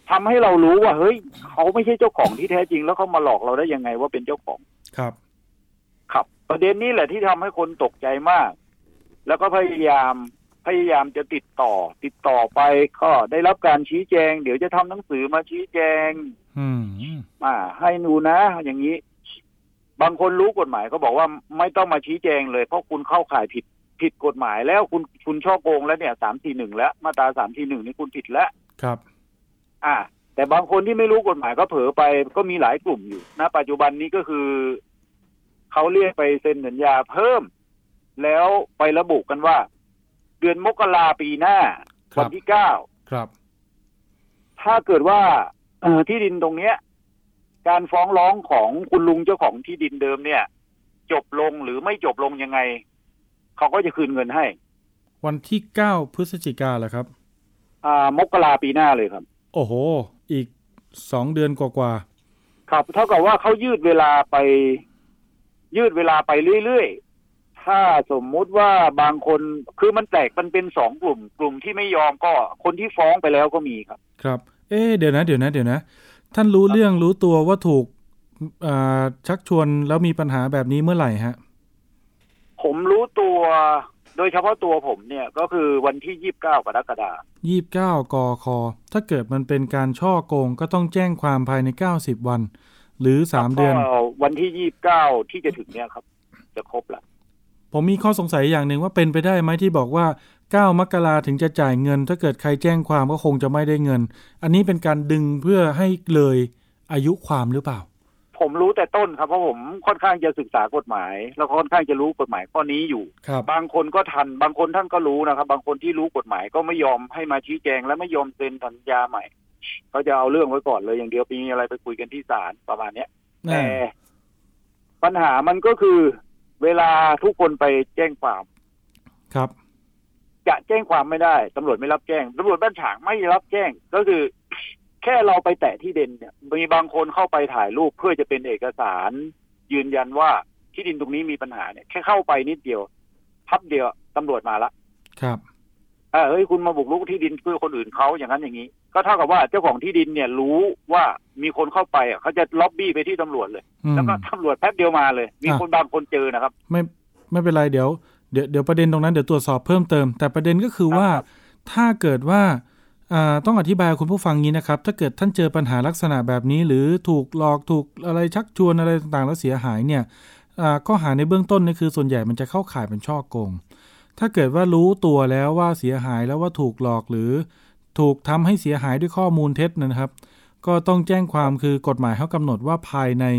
ทำให้เรารู้ว่าเฮ้ยเขาไม่ใช่เจ้าของที่แท้จริงแล้วเขามาหลอกเราได้ยังไงว่าเป็นเจ้าของครับประเด็นนี้แหละที่ทำให้คนตกใจมากแล้วก็พยายามจะติดต่อไปก็ได้รับการชี้แจงเดี๋ยวจะทำหนังสือมาชี้แจงให้หนูนะอย่างนี้บางคนรู้กฎหมายก็บอกว่าไม่ต้องมาชี้แจงเลยเพราะคุณเข้าข่ายผิดกฎหมายแล้วคุณฉ้อโกงแล้วเนี่ย341แล้วมาตรา341นี่คุณผิดแล้วครับแต่บางคนที่ไม่รู้กฎหมายก็เผลอไปก็มีหลายกลุ่มอยู่นะปัจจุบันนี้ก็คือเขาเรียกไปเซ็นสัญญาเพิ่มแล้วไประบุกันว่าเดือนมกราปีหน้าวันที่9 ครับถ้าเกิดว่าที่ดินตรงเนี้ยการฟ้องร้องของคุณลุงเจ้าของที่ดินเดิมเนี่ยจบลงหรือไม่จบลงยังไงเขาก็จะคืนเงินให้วันที่9พฤศจิกายนเหรอครับมกราปีหน้าเลยครับโอ้โหอีก2เดือนกว่าๆครับเท่ากับว่าเขายืดเวลาไปเรื่อยๆถ้าสมมุติว่าบางคนคือมันแตกมันเป็น2กลุ่มที่ไม่ยอมก็คนที่ฟ้องไปแล้วก็มีครับครับเดี๋ยวนะท่านรู้เรื่องรู้ตัวว่าถูกชักชวนแล้วมีปัญหาแบบนี้เมื่อไหร่ฮะผมรู้ตัวโดยเฉพาะตัวผมเนี่ยก็คือวันที่29กรกฎาคม 29กคถ้าเกิดมันเป็นการฉ้อโกงก็ต้องแจ้งความภายใน90วันหรือ3เดือนวันที่29ที่จะถึงเนี่ยครับจะครบละผมมีข้อสงสัยอย่างหนึ่งว่าเป็นไปได้ไหมที่บอกว่า9มกราถึงจะจ่ายเงินถ้าเกิดใครแจ้งความก็คงจะไม่ได้เงินอันนี้เป็นการดึงเพื่อให้เลยอายุความหรือเปล่าผมรู้แต่ต้นครับเพราะผมค่อนข้างจะศึกษากฎหมายแล้วค่อนข้างจะรู้กฎหมายข้อนี้อยู่บางคนก็ทันบางคนท่านก็รู้นะครับบางคนที่รู้กฎหมายก็ไม่ยอมให้มาชี้แจงและไม่ยอมเซ็นสัญญาใหม่เขาจะเอาเรื่องไว้ก่อนเลยอย่างเดียวมีอะไรไปคุยกันที่ศาลประมาณนี้แต่ปัญหามันก็คือเวลาทุกคนไปแจ้งความครับจะแจ้งความไม่ได้ตำรวจไม่รับแจ้งตำรวจบ้านฉางไม่รับแจ้งก็คือแค่เราไปแตะที่ดินเนี่ยมีบางคนเข้าไปถ่ายรูปเพื่อจะเป็นเอกสารยืนยันว่าที่ดินตรงนี้มีปัญหาเนี่ยแค่เข้าไปนิดเดียวพับเดียวตำรวจมาละครับเฮ้ยคุณมาบุกรุกที่ดินเพื่อคนอื่นเขาอย่างนั้นอย่างนี้ก็เท่ากับว่าเจ้าของที่ดินเนี่ยรู้ว่ามีคนเข้าไปเขาจะล็อบบี้ไปที่ตำรวจเลยแล้วก็ตำรวจแป๊บเดียวมาเลยมีคนบางคนเจอนะครับไม่เป็นไรเดี๋ยวประเด็นตรงนั้นเดี๋ยวตรวจสอบเพิ่มเติมแต่ประเด็นก็คือว่าถ้าเกิดว่าต้องอธิบายคุณผู้ฟังงี้นะครับถ้าเกิดท่านเจอปัญหาลักษณะแบบนี้หรือถูกหลอกถูกอะไรชักชวนอะไรต่างๆแล้วเสียหายเนี่ยข้อหาในเบื้องต้นนี่คือส่วนใหญ่มันจะเข้าข่ายเป็นฉ้อโกงถ้าเกิดว่ารู้ตัวแล้วว่าเสียหายแล้วว่าถูกหลอกหรือถูกทำให้เสียหายด้วยข้อมูลเท็จนะครับก็ต้องแจ้งความคือกฎหมายเขากำหนดว่าภายใน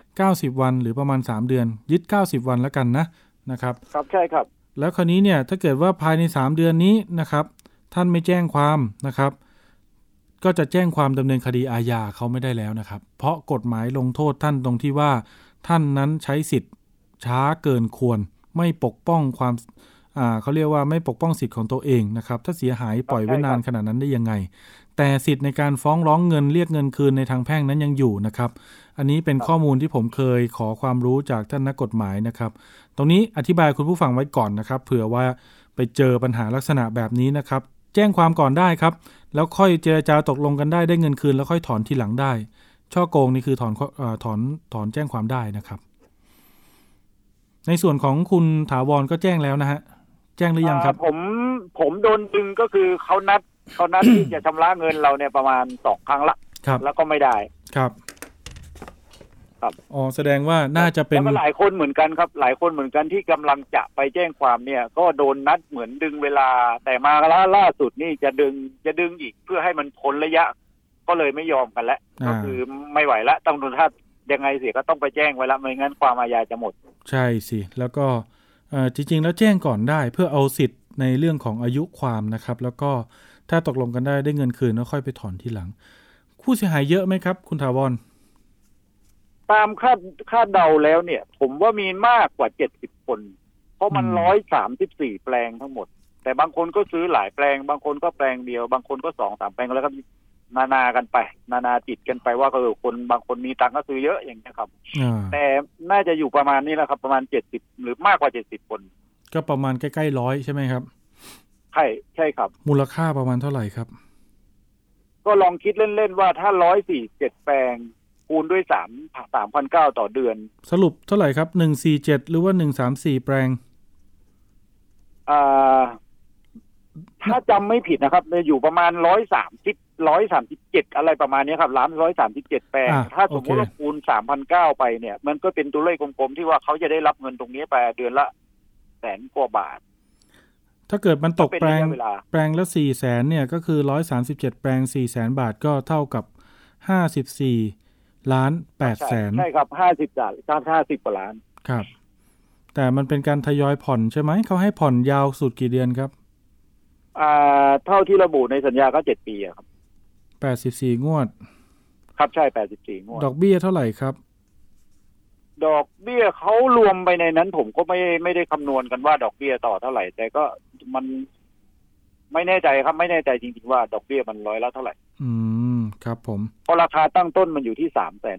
90วันหรือประมาณ3เดือนยึด90วันแล้วกันนะครับครับใช่ครับแล้วคราวนี้เนี่ยถ้าเกิดว่าภายใน3เดือนนี้นะครับท่านไม่แจ้งความนะครับก็จะแจ้งความดำเนินคดีอาญาเขาไม่ได้แล้วนะครับเพราะกฎหมายลงโทษท่านตรงที่ว่าท่านนั้นใช้สิทธิ์ช้าเกินควรไม่ปกป้องความเขาเรียกว่าไม่ปกป้องสิทธิ์ของตัวเองนะครับถ้าเสียหายปล่อยไว้นานขนาดนั้นได้ยังไงแต่สิทธิ์ในการฟ้องร้องเงินเรียกเงินคืนในทางแพ่งนั้นยังอยู่นะครับอันนี้เป็นข้อมูลที่ผมเคยขอความรู้จากท่านนักกฎหมายนะครับตรงนี้อธิบายคุณผู้ฟังไว้ก่อนนะครับเผื่อว่าไปเจอปัญหาลักษณะแบบนี้นะครับแจ้งความก่อนได้ครับแล้วค่อยเจรจาตกลงกันได้เงินคืนแล้วค่อยถอนทีหลังได้ช่อโกงนี่คือถอนแจ้งความได้นะครับในส่วนของคุณถาวรก็แจ้งแล้วนะฮะแจ้งหรือยังครับผมโดนดึงก็คือเขานัดที่จะชำระเงินเราเนี่ยประมาณ2ครั้งละแล้วก็ไม่ได้ครับอ๋อแสดงว่าน่าจะเป็นแล้วก็หลายคนเหมือนกันครับหลายคนเหมือนกันที่กำลังจะไปแจ้งความเนี่ยก็โดนนัดเหมือนดึงเวลาแต่มาล่าสุดนี่จะดึงอีกเพื่อให้มันพ้นระยะก็เลยไม่ยอมกันแล้วก็คือไม่ไหวแล้วต้องโดนถ้ายังไงเสียก็ต้องไปแจ้งไว้แล้วไม่งั้นความอาญาจะหมดใช่สิแล้วก็จริงๆแล้วแจ้งก่อนได้เพื่อเอาสิทธิ์ในเรื่องของอายุความนะครับแล้วก็ถ้าตกลงกันได้เงินคืนแล้วค่อยไปถอนทีหลังผู้เสียหายเยอะไหมครับคุณถาวรตามคาดเดาแล้วเนี่ยผมว่ามีมากกว่า70คนเพราะมัน134แปลงทั้งหมดแต่บางคนก็ซื้อหลายแปลงบางคนก็แปลงเดียวบางคนก็ 2-3 แปลงแล้วก็นากันไปนาจิตกันไปว่าคนบางคนมีตังค์ก็ซื้อเยอะอย่างนี้ครับแต่น่าจะอยู่ประมาณนี้แหละครับประมาณ70หรือมากกว่า70คนก็ประมาณใกล้ๆ100ใช่ไหมครับใช่ครับมูลค่าประมาณเท่าไหร่ครับก็ลองคิดเล่นๆว่าถ้า147แปลงคูณด้วย3,900 ต่อเดือนสรุปเท่าไหร่ครับ147หรือว่า134แปลงถ้าจำไม่ผิดนะครับอยู่ประมาณ137อะไรประมาณนี้ครับ137แปลงถ้าสมมติว่าคูณ3,900ไปเนี่ยมันก็เป็นตัวเลขกลมๆที่ว่าเขาจะได้รับเงินตรงนี้ไปเดือนละ100,000 กว่าบาทถ้าเกิดมันตกแปลงละ 400,000 เนี่ยก็คือ137แปลง 400,000 บาทก็เท่ากับ54,800,000ใช่ครับ50 กว่าล้านครับแต่มันเป็นการทยอยผ่อนใช่ไหมเขาให้ผ่อนยาวสุดกี่เดือนครับเท่าที่ระบุในสัญญาก็7 ปีครับ 84งวดครับใช่84งวดดอกเบี้ยเท่าไหร่ครับดอกเบี้ยเขารวมไปในนั้นผมก็ไม่ได้คำนวณกันว่าดอกเบี้ยต่อเท่าไหร่แต่ก็มันไม่แน่ใจครับไม่แน่ใจจริงๆว่าดอกเบี้ยมันร้อยละเท่าไหร่ครับผมเพราะราคาตั้งต้นมันอยู่ที่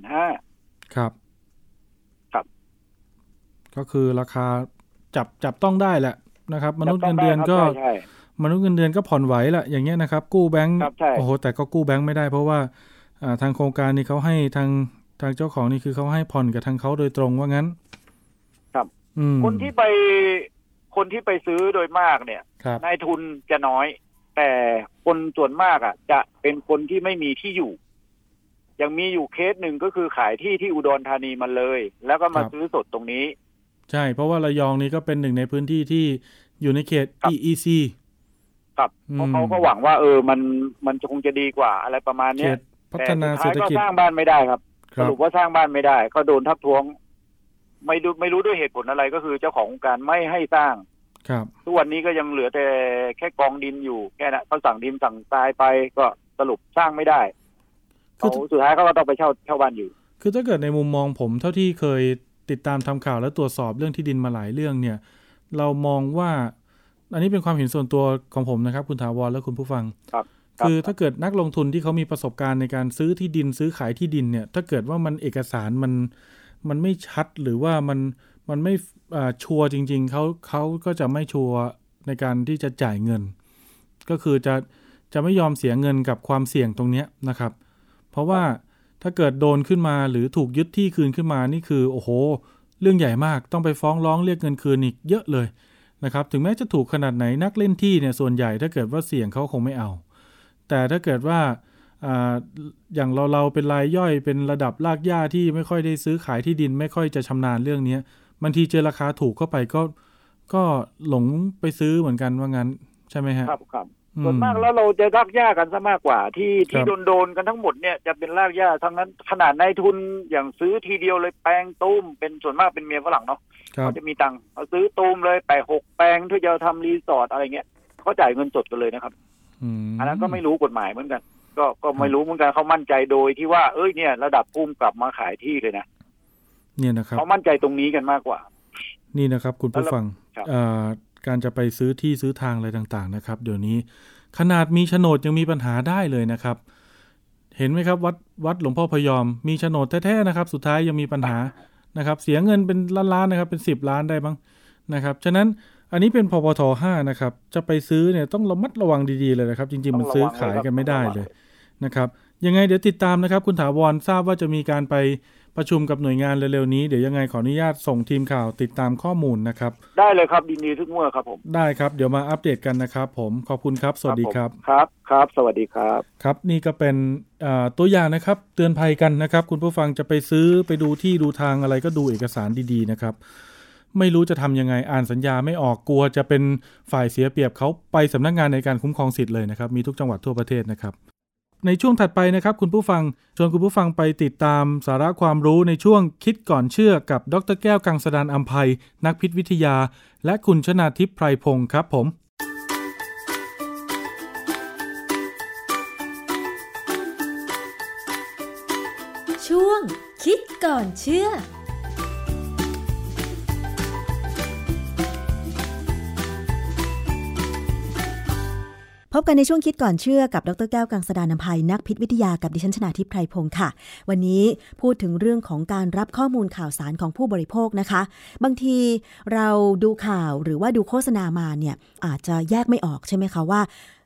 350,000 ครับครับก็คือราคาจับต้องได้แหละนะครับมนุษย์เงินเดือนก็มนุษย์เงินเดือนก็ผ่อนไหวแหละอย่างเงี้ยนะครับกู้แบงค์โอ้โหแต่ก็กู้แบงค์ไม่ได้เพราะว่าทางโครงการนี้เขาให้ทางเจ้าของนี่คือเขาให้ผ่อนกับทางเขาโดยตรงว่างั้นครับคนที่ไปซื้อโดยมากเนี่ยนายทุนจะน้อยแต่คนส่วนมากจะเป็นคนที่ไม่มีที่อยู่ยังมีอยู่เคสหนึ่งก็คือขายที่อุดรธานีมาเลยแล้วก็มาซื้อสดตรงนี้ใช่เพราะว่าระยองนี้ก็เป็นหนึ่งในพื้นที่ที่อยู่ในเขต EEC ครับเพราะเขาก็หวังว่ามันคงจะดีกว่าอะไรประมาณนี้พัฒนาเศรษฐกิจสร้างบ้านไม่ได้ครับสรุปว่าสร้างบ้านไม่ได้เขาโดนทักท้วงไม่รู้ด้วยเหตุผลอะไรก็คือเจ้าของโครงการไม่ให้สร้างครับทุกวันนี้ก็ยังเหลือแต่แค่กองดินอยู่แค่นั้นเขาสั่งดินสั่งทรายไปก็สรุปสร้างไม่ได้เขาสุดท้ายเขาก็ต้องไปเช่าบ้านอยู่คือถ้าเกิดในมุมมองผมเท่าที่เคยติดตามทำข่าวและตรวจสอบเรื่องที่ดินมาหลายเรื่องเนี่ยเรามองว่าอันนี้เป็นความเห็นส่วนตัวของผมนะครับคุณถาวรและคุณผู้ฟังคือถ้าเกิดนักลงทุนที่เขามีประสบการณ์ในการซื้อที่ดินซื้อขายที่ดินเนี่ยถ้าเกิดว่ามันเอกสารมันไม่ชัดหรือว่ามันไม่ชัวร์จริงๆเขาก็จะไม่ชัวร์ในการที่จะจ่ายเงินก็คือจะไม่ยอมเสียเงินกับความเสี่ยงตรงนี้นะครับเพราะว่าถ้าเกิดโดนขึ้นมาหรือถูกยึดที่คืนขึ้นมานี่คือโอ้โหเรื่องใหญ่มากต้องไปฟ้องร้องเรียกเงินคืนอีกเยอะเลยนะครับถึงแม้จะถูกขนาดไหนนักเล่นที่เนี่ยส่วนใหญ่ถ้าเกิดว่าเสี่ยงเขาคงไม่เอาแต่ถ้าเกิดว่าอย่างเราเป็นรายย่อยเป็นระดับรากหญ้าที่ไม่ค่อยได้ซื้อขายที่ดินไม่ค่อยจะชำนาญเรื่องนี้บางทีเจอราคาถูกเข้าไปก็หลงไปซื้อเหมือนกันว่างั้นใช่ไหมฮะครับส่วนมากแล้วเราจะรากหญ้ากันซะมากกว่าที่โดนกันทั้งหมดเนี่ยจะเป็นรากหญ้าทั้งนั้นขนาดนายทุนอย่างซื้อทีเดียวเลยแปลงตุ้มเป็นส่วนมากเป็นเมียฝรั่งเนาะเขาจะมีตังค์เอาซื้อตุ้มเลยไป6แปลงเพื่อจะทำรีสอร์ทอะไรเงี้ยเขาจ่ายเงินสดกันเลยนะครับอันนั้นก็ไม่รู้กฎหมายเหมือนกันก็ไม่รู้เหมือนกันเขามั่นใจโดยที่ว่าเนี่ยระดับภูมิกลับมาขายที่เลยนะเนี่ยนะครับเขามั่นใจตรงนี้กันมากกว่านี่นะครับคุณผู้ฟังการจะไปซื้อที่ซื้อทางอะไรต่างๆนะครับเดี๋ยวนี้ขนาดมีโฉนดยังมีปัญหาได้เลยนะครับเห็นไหมครับวัดหลวงพ่อพยอมมีโฉนดแท้ๆนะครับสุดท้ายยังมีปัญหานะครับเสียเงินเป็นล้านๆนะครับเป็น10 ล้านได้บ้างนะครับฉะนั้นอันนี้เป็นพปท. 5นะครับจะไปซื้อเนี่ยต้องระมัดระวังดีๆเลยนะครับจริงๆมันซื้อขายกันไม่ได้เลยนะครับยังไงเดี๋ยวติดตามนะครับคุณถาวรทราบว่าจะมีการไปประชุมกับหน่วยงานเร็วๆนี้เดี๋ยวยังไงขออนุญาตส่งทีมข่าวติดตามข้อมูลนะครับได้เลยครับยินดีทุกเมื่อครับผมได้ครับเดี๋ยวมาอัปเดตกันนะครับผมขอบคุณครับสวัสดีครับครับสวัสดีครับครับนี่ก็เป็นตัวอย่างนะครับเตือนภัยกันนะครับคุณผู้ฟังจะไปซื้อไปดูที่ดูทางอะไรก็ดูเอกสารดีๆนะครับไม่รู้จะทำยังไงอ่านสัญญาไม่ออกกลัวจะเป็นฝ่ายเสียเปรียบเขาไปสำนักงานในการคุ้มครองสิทธิ์เลยนะครับมีทุกจังหวัดทั่วประเทศนะครับในช่วงถัดไปนะครับคุณผู้ฟังชวนคุณผู้ฟังไปติดตามสาระความรู้ในช่วงคิดก่อนเชื่อกับดร.แก้วกังสดาลอำไพนักพิษวิทยาและคุณชนาทิพย์ไพรพงศ์ครับผมช่วงคิดก่อนเชื่อพบกันในช่วงคิดก่อนเชื่อกับดร.แก้วกังสดาลอำไพนักพิษวิทยากับดิฉันชนาทิพย์ไพรพงศ์ค่ะวันนี้พูดถึงเรื่องของการรับข้อมูลข่าวสารของผู้บริโภคนะคะบางทีเราดูข่าวหรือว่าดูโฆษณามาเนี่ยอาจจะแยกไม่ออกใช่ไหมคะว่า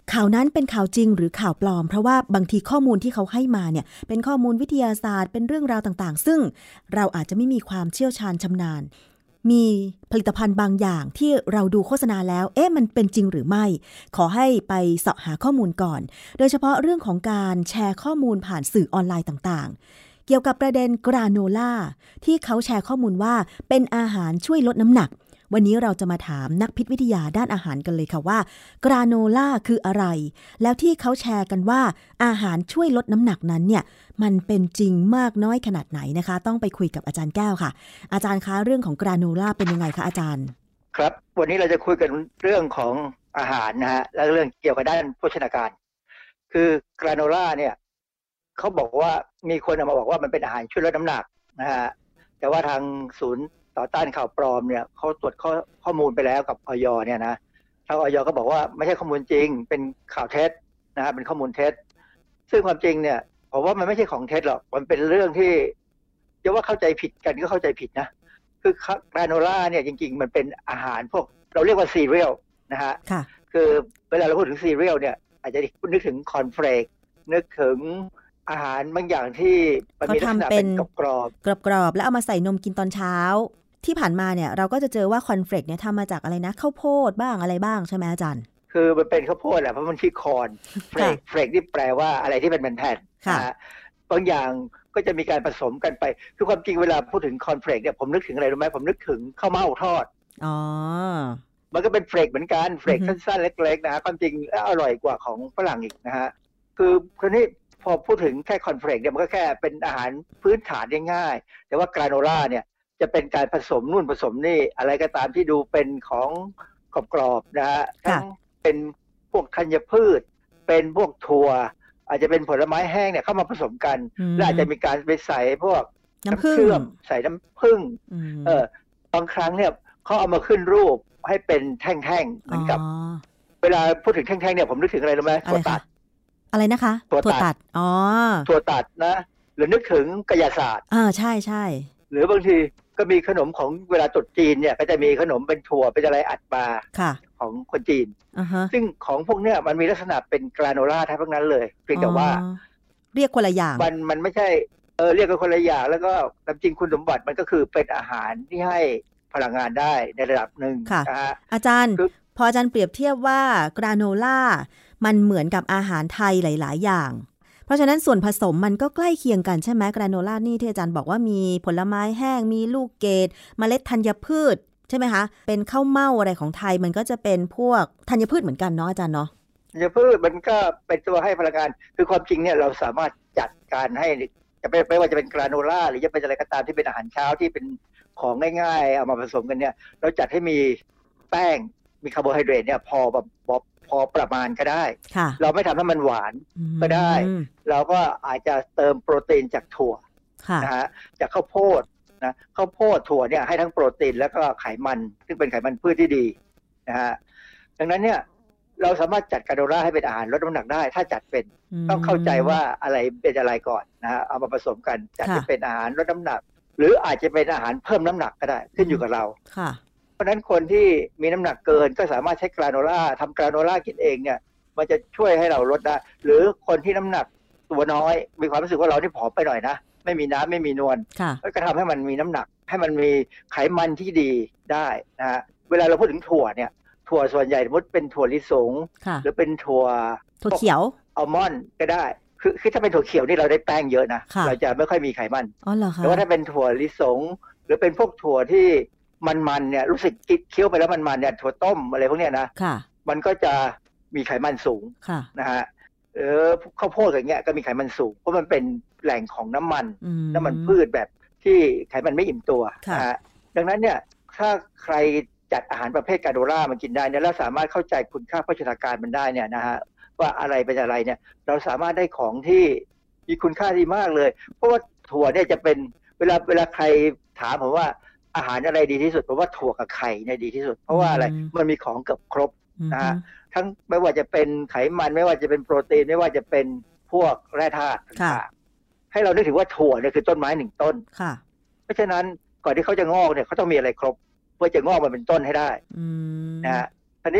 ข่าวนั้นเป็นข่าวจริงหรือข่าวปลอมเพราะว่าบางทีข้อมูลที่เขาให้มาเนี่ยเป็นข้อมูลวิทยาศาสตร์เป็นเรื่องราวต่างๆซึ่งเราอาจจะไม่มีความเชี่ยวชาญชำนาญมีผลิตภัณฑ์บางอย่างที่เราดูโฆษณาแล้วมันเป็นจริงหรือไม่ขอให้ไปเสาะหาข้อมูลก่อนโดยเฉพาะเรื่องของการแชร์ข้อมูลผ่านสื่อออนไลน์ต่างๆเกี่ยวกับประเด็นกราโนล่าที่เขาแชร์ข้อมูลว่าเป็นอาหารช่วยลดน้ำหนักวันนี้เราจะมาถามนักพิษวิทยาด้านอาหารกันเลยค่ะว่ากราโนล่าคืออะไรแล้วที่เขาแชร์กันว่าอาหารช่วยลดน้ำหนักนั้นเนี่ยมันเป็นจริงมากน้อยขนาดไหนนะคะต้องไปคุยกับอาจารย์แก้วค่ะอาจารย์คะเรื่องของกราโนล่าเป็นยังไงคะอาจารย์ครับวันนี้เราจะคุยกันเรื่องของอาหารนะฮะและเรื่องเกี่ยวกับด้านโภชนาการคือกราโนล่าเนี่ยเขาบอกว่ามีคนมาบอกว่ามันเป็นอาหารช่วยลดน้ำหนักนะฮะแต่ว่าทางศูนย์ต่อต้านข่าวปลอมเนี่ยเขาตรวจข้อมูลไปแล้วกับอย.เนี่ยนะทางอย.ก็บอกว่าไม่ใช่ข้อมูลจริงเป็นข่าวเท็จนะฮะเป็นข้อมูลเท็จซึ่งความจริงเนี่ยผมว่ามันไม่ใช่ของเท็จหรอกมันเป็นเรื่องที่จะว่าเข้าใจผิดกันก็เข้าใจผิดนะคือกราโนล่าเนี่ยจริงๆมันเป็นอาหารพวกเราเรียกว่าซีเรียลนะฮะคือเวลาเราพูดถึงซีเรียลเนี่ยอาจจะนึกถึงคอนเฟลกนึกถึงอาหารบางอย่างที่มันมีลักษณะเป็นกรอบแล้วเอามาใส่นมกินตอนเช้าที่ผ่านมาเนี่ยเราก็จะเจอว่าคอนเฟลกเนี่ยทำมาจากอะไรนะข้าวโพดบ้างอะไรบ้างใช่ไหมอาจารย์คือมันเป็นข้าวโพดแหละเพราะมันชื่อคอนเฟลกที่แปลว่าอะไรที่เป็นแผ่นๆนะบางอย่างก็จะมีการผสมกันไปคือความจริงเวลาพูดถึงคอนเฟลกเนี่ยผมนึกถึงอะไรรู้ไหมผมนึกถึงข้าวเม่าทอดมันก็เป็นเฟลกเหมือนกันเฟลกสั้นๆเล็กๆนะความจริงอร่อยกว่าของฝรั่งอีกนะฮะคือคนนี้พอพูดถึงแค่คอนเฟลกเนี่ยมันก็แค่เป็นอาหารพื้นฐานง่ายๆแต่ว่ากราโนล่าเนี่ยจะเป็นการผสมนู่นผสมนี่อะไรก็ตามที่ดูเป็นของกรอบๆนะฮะทั้งเป็นพวกธัญพืชเป็นพวกถั่วอาจจะเป็นผลไม้แห้งเนี่ยเข้ามาผสมกันและอาจจะมีการไปใส่พวกน้ำเชื่อมใส่น้ำผึ้งบางครั้งเนี่ยเขาเอามาขึ้นรูปให้เป็นแท่งๆเหมือนกับเวลาพูดถึงแท่งๆเนี่ยผมนึกถึงอะไรรู้ไหมถั่วตัดอะไรนะคะถั่วตัดถั่วตัดนะหรือนึกถึงกายศาสตร์ใช่ใช่หรือบางทีก็มีขนมของเวลาตรุษจีนเนี่ยก็จะมีขนมเป็นถั่วเป็นอะไรอัดมาของคนจีนซึ่งของพวกเนี้ยมันมีลักษณะเป็นกราโนล่าทั้งนั้นเลยเพียงแต่ว่าเรียกคนละอย่างมันไม่ใช่เรียกกันคนละอย่างแล้วก็จริงคุณสมบัติมันก็คือเป็นอาหารที่ให้พลังงานได้ในระดับหนึ่งนะฮะอาจารย์พออาจารย์เปรียบเทียบว่ากราโนล่ามันเหมือนกับอาหารไทยหลายๆอย่างเพราะฉะนั้นส่วนผสมมันก็ใกล้เคียงกันใช่ไหมกราโนล่านี่ที่อาจารย์บอกว่ามีผลไม้แห้งมีลูกเกดเมล็ดธัญพืชใช่ไหมคะเป็นข้าวเม่าอะไรของไทยมันก็จะเป็นพวกธัญพืชเหมือนกันเนาะอาจารย์เนาะธัญพืชมันก็เป็นตัวให้พลังงานคือความจริงเนี่ยเราสามารถจัดการให้จะไม่ว่าจะเป็นกราโนล่าหรือจะเป็นอะไรก็ตามที่เป็นอาหารเช้าที่เป็นของง่ายๆเอามาผสมกันเนี่ยเราจัดให้มีแป้งมีคาร์โบไฮเดรตเนี่ยพอประมาณก็ได้เราไม่ทำให้มันหวานก็ได้เราก็อาจจะเติมโปรตีนจากถั่วนะฮะจากข้าวโพดนะข้าวโพดถั่วเนี่ยให้ทั้งโปรตีนแล้วก็ไขมันซึ่งเป็นไขมันพืชที่ดีนะฮะดังนั้นเนี่ยเราสามารถจัดกราโนล่าให้เป็นอาหารลดน้ำหนักได้ถ้าจัดเป็นต้องเข้าใจว่าอะไรเป็นอะไรก่อนนะฮะเอามาผสมกันจัดให้เป็นอาหารลดน้ำหนักหรืออาจจะเป็นอาหารเพิ่มน้ำหนักก็ได้ขึ้นอยู่กับเราเพราะฉะนั้นคนที่มีน้ำหนักเกินก็สามารถใช้กราโนล่าทำกราโนล่ากินเองเนี่ยมันจะช่วยให้เราลดได้หรือคนที่น้ำหนักตัวน้อยมีความรู้สึกว่าเรานี่ผอมไปหน่อยนะไม่มีน้ำไม่มีนวลก็ทำให้มันมีน้ำหนักให้มันมีไขมันที่ดีได้นะฮะเวลาเราพูดถึงถั่วเนี่ยถั่วส่วนใหญ่สมมติเป็นถั่วลิสงหรือเป็นถั่วเขียวอัลมอนด์ก็ได้คือถ้าเป็นถั่วเขียวนี่เราได้แป้งเยอะนะเราจะไม่ค่อยมีไขมันแต่ว่าถ้าเป็นถั่วลิสงหรือเป็นพวกถั่วที่มันเนี่ยรู้สึกเคี้ยวไปแล้วมันเนี่ยถั่วต้มอะไรพวกเนี้ยนะมันก็จะมีไขมันสูงนะฮะข้าวโพดอย่างเงี้ยก็มีไขมันสูงเพราะมันเป็นแหล่งของน้ำมันพืชแบบที่ไขมันไม่อิ่มตัวนะฮะดังนั้นเนี่ยถ้าใครจัดอาหารประเภทกราโนล่ามันกินได้เนี่ยแล้วสามารถเข้าใจคุณค่าโภชนาการมันได้เนี่ยนะฮะว่าอะไรเป็นอะไรเนี่ยเราสามารถได้ของที่มีคุณค่าดีมากเลยเพราะว่าถั่วเนี่ยจะเป็นเวลาใครถามผมว่าอาหารอะไรดีที่สุดเพราะว่าถั่วกับไข่เนี่ยดีที่สุดเพราะว่าอะไรมันมีของเกือบครบนะฮะทั้งไม่ว่าจะเป็นไขมันไม่ว่าจะเป็นโปรตีนไม่ว่าจะเป็นพวกแร่ธาตุต่างๆให้เรานึกถึงว่าถั่วเนี่ยคือต้นไม้หนึ่งต้นเพราะฉะนั้นก่อนที่เขาจะงอกเนี่ยเขาต้องมีอะไรครบเพื่อจะงอกมาเป็นต้นให้ได้นะฮะทีนี้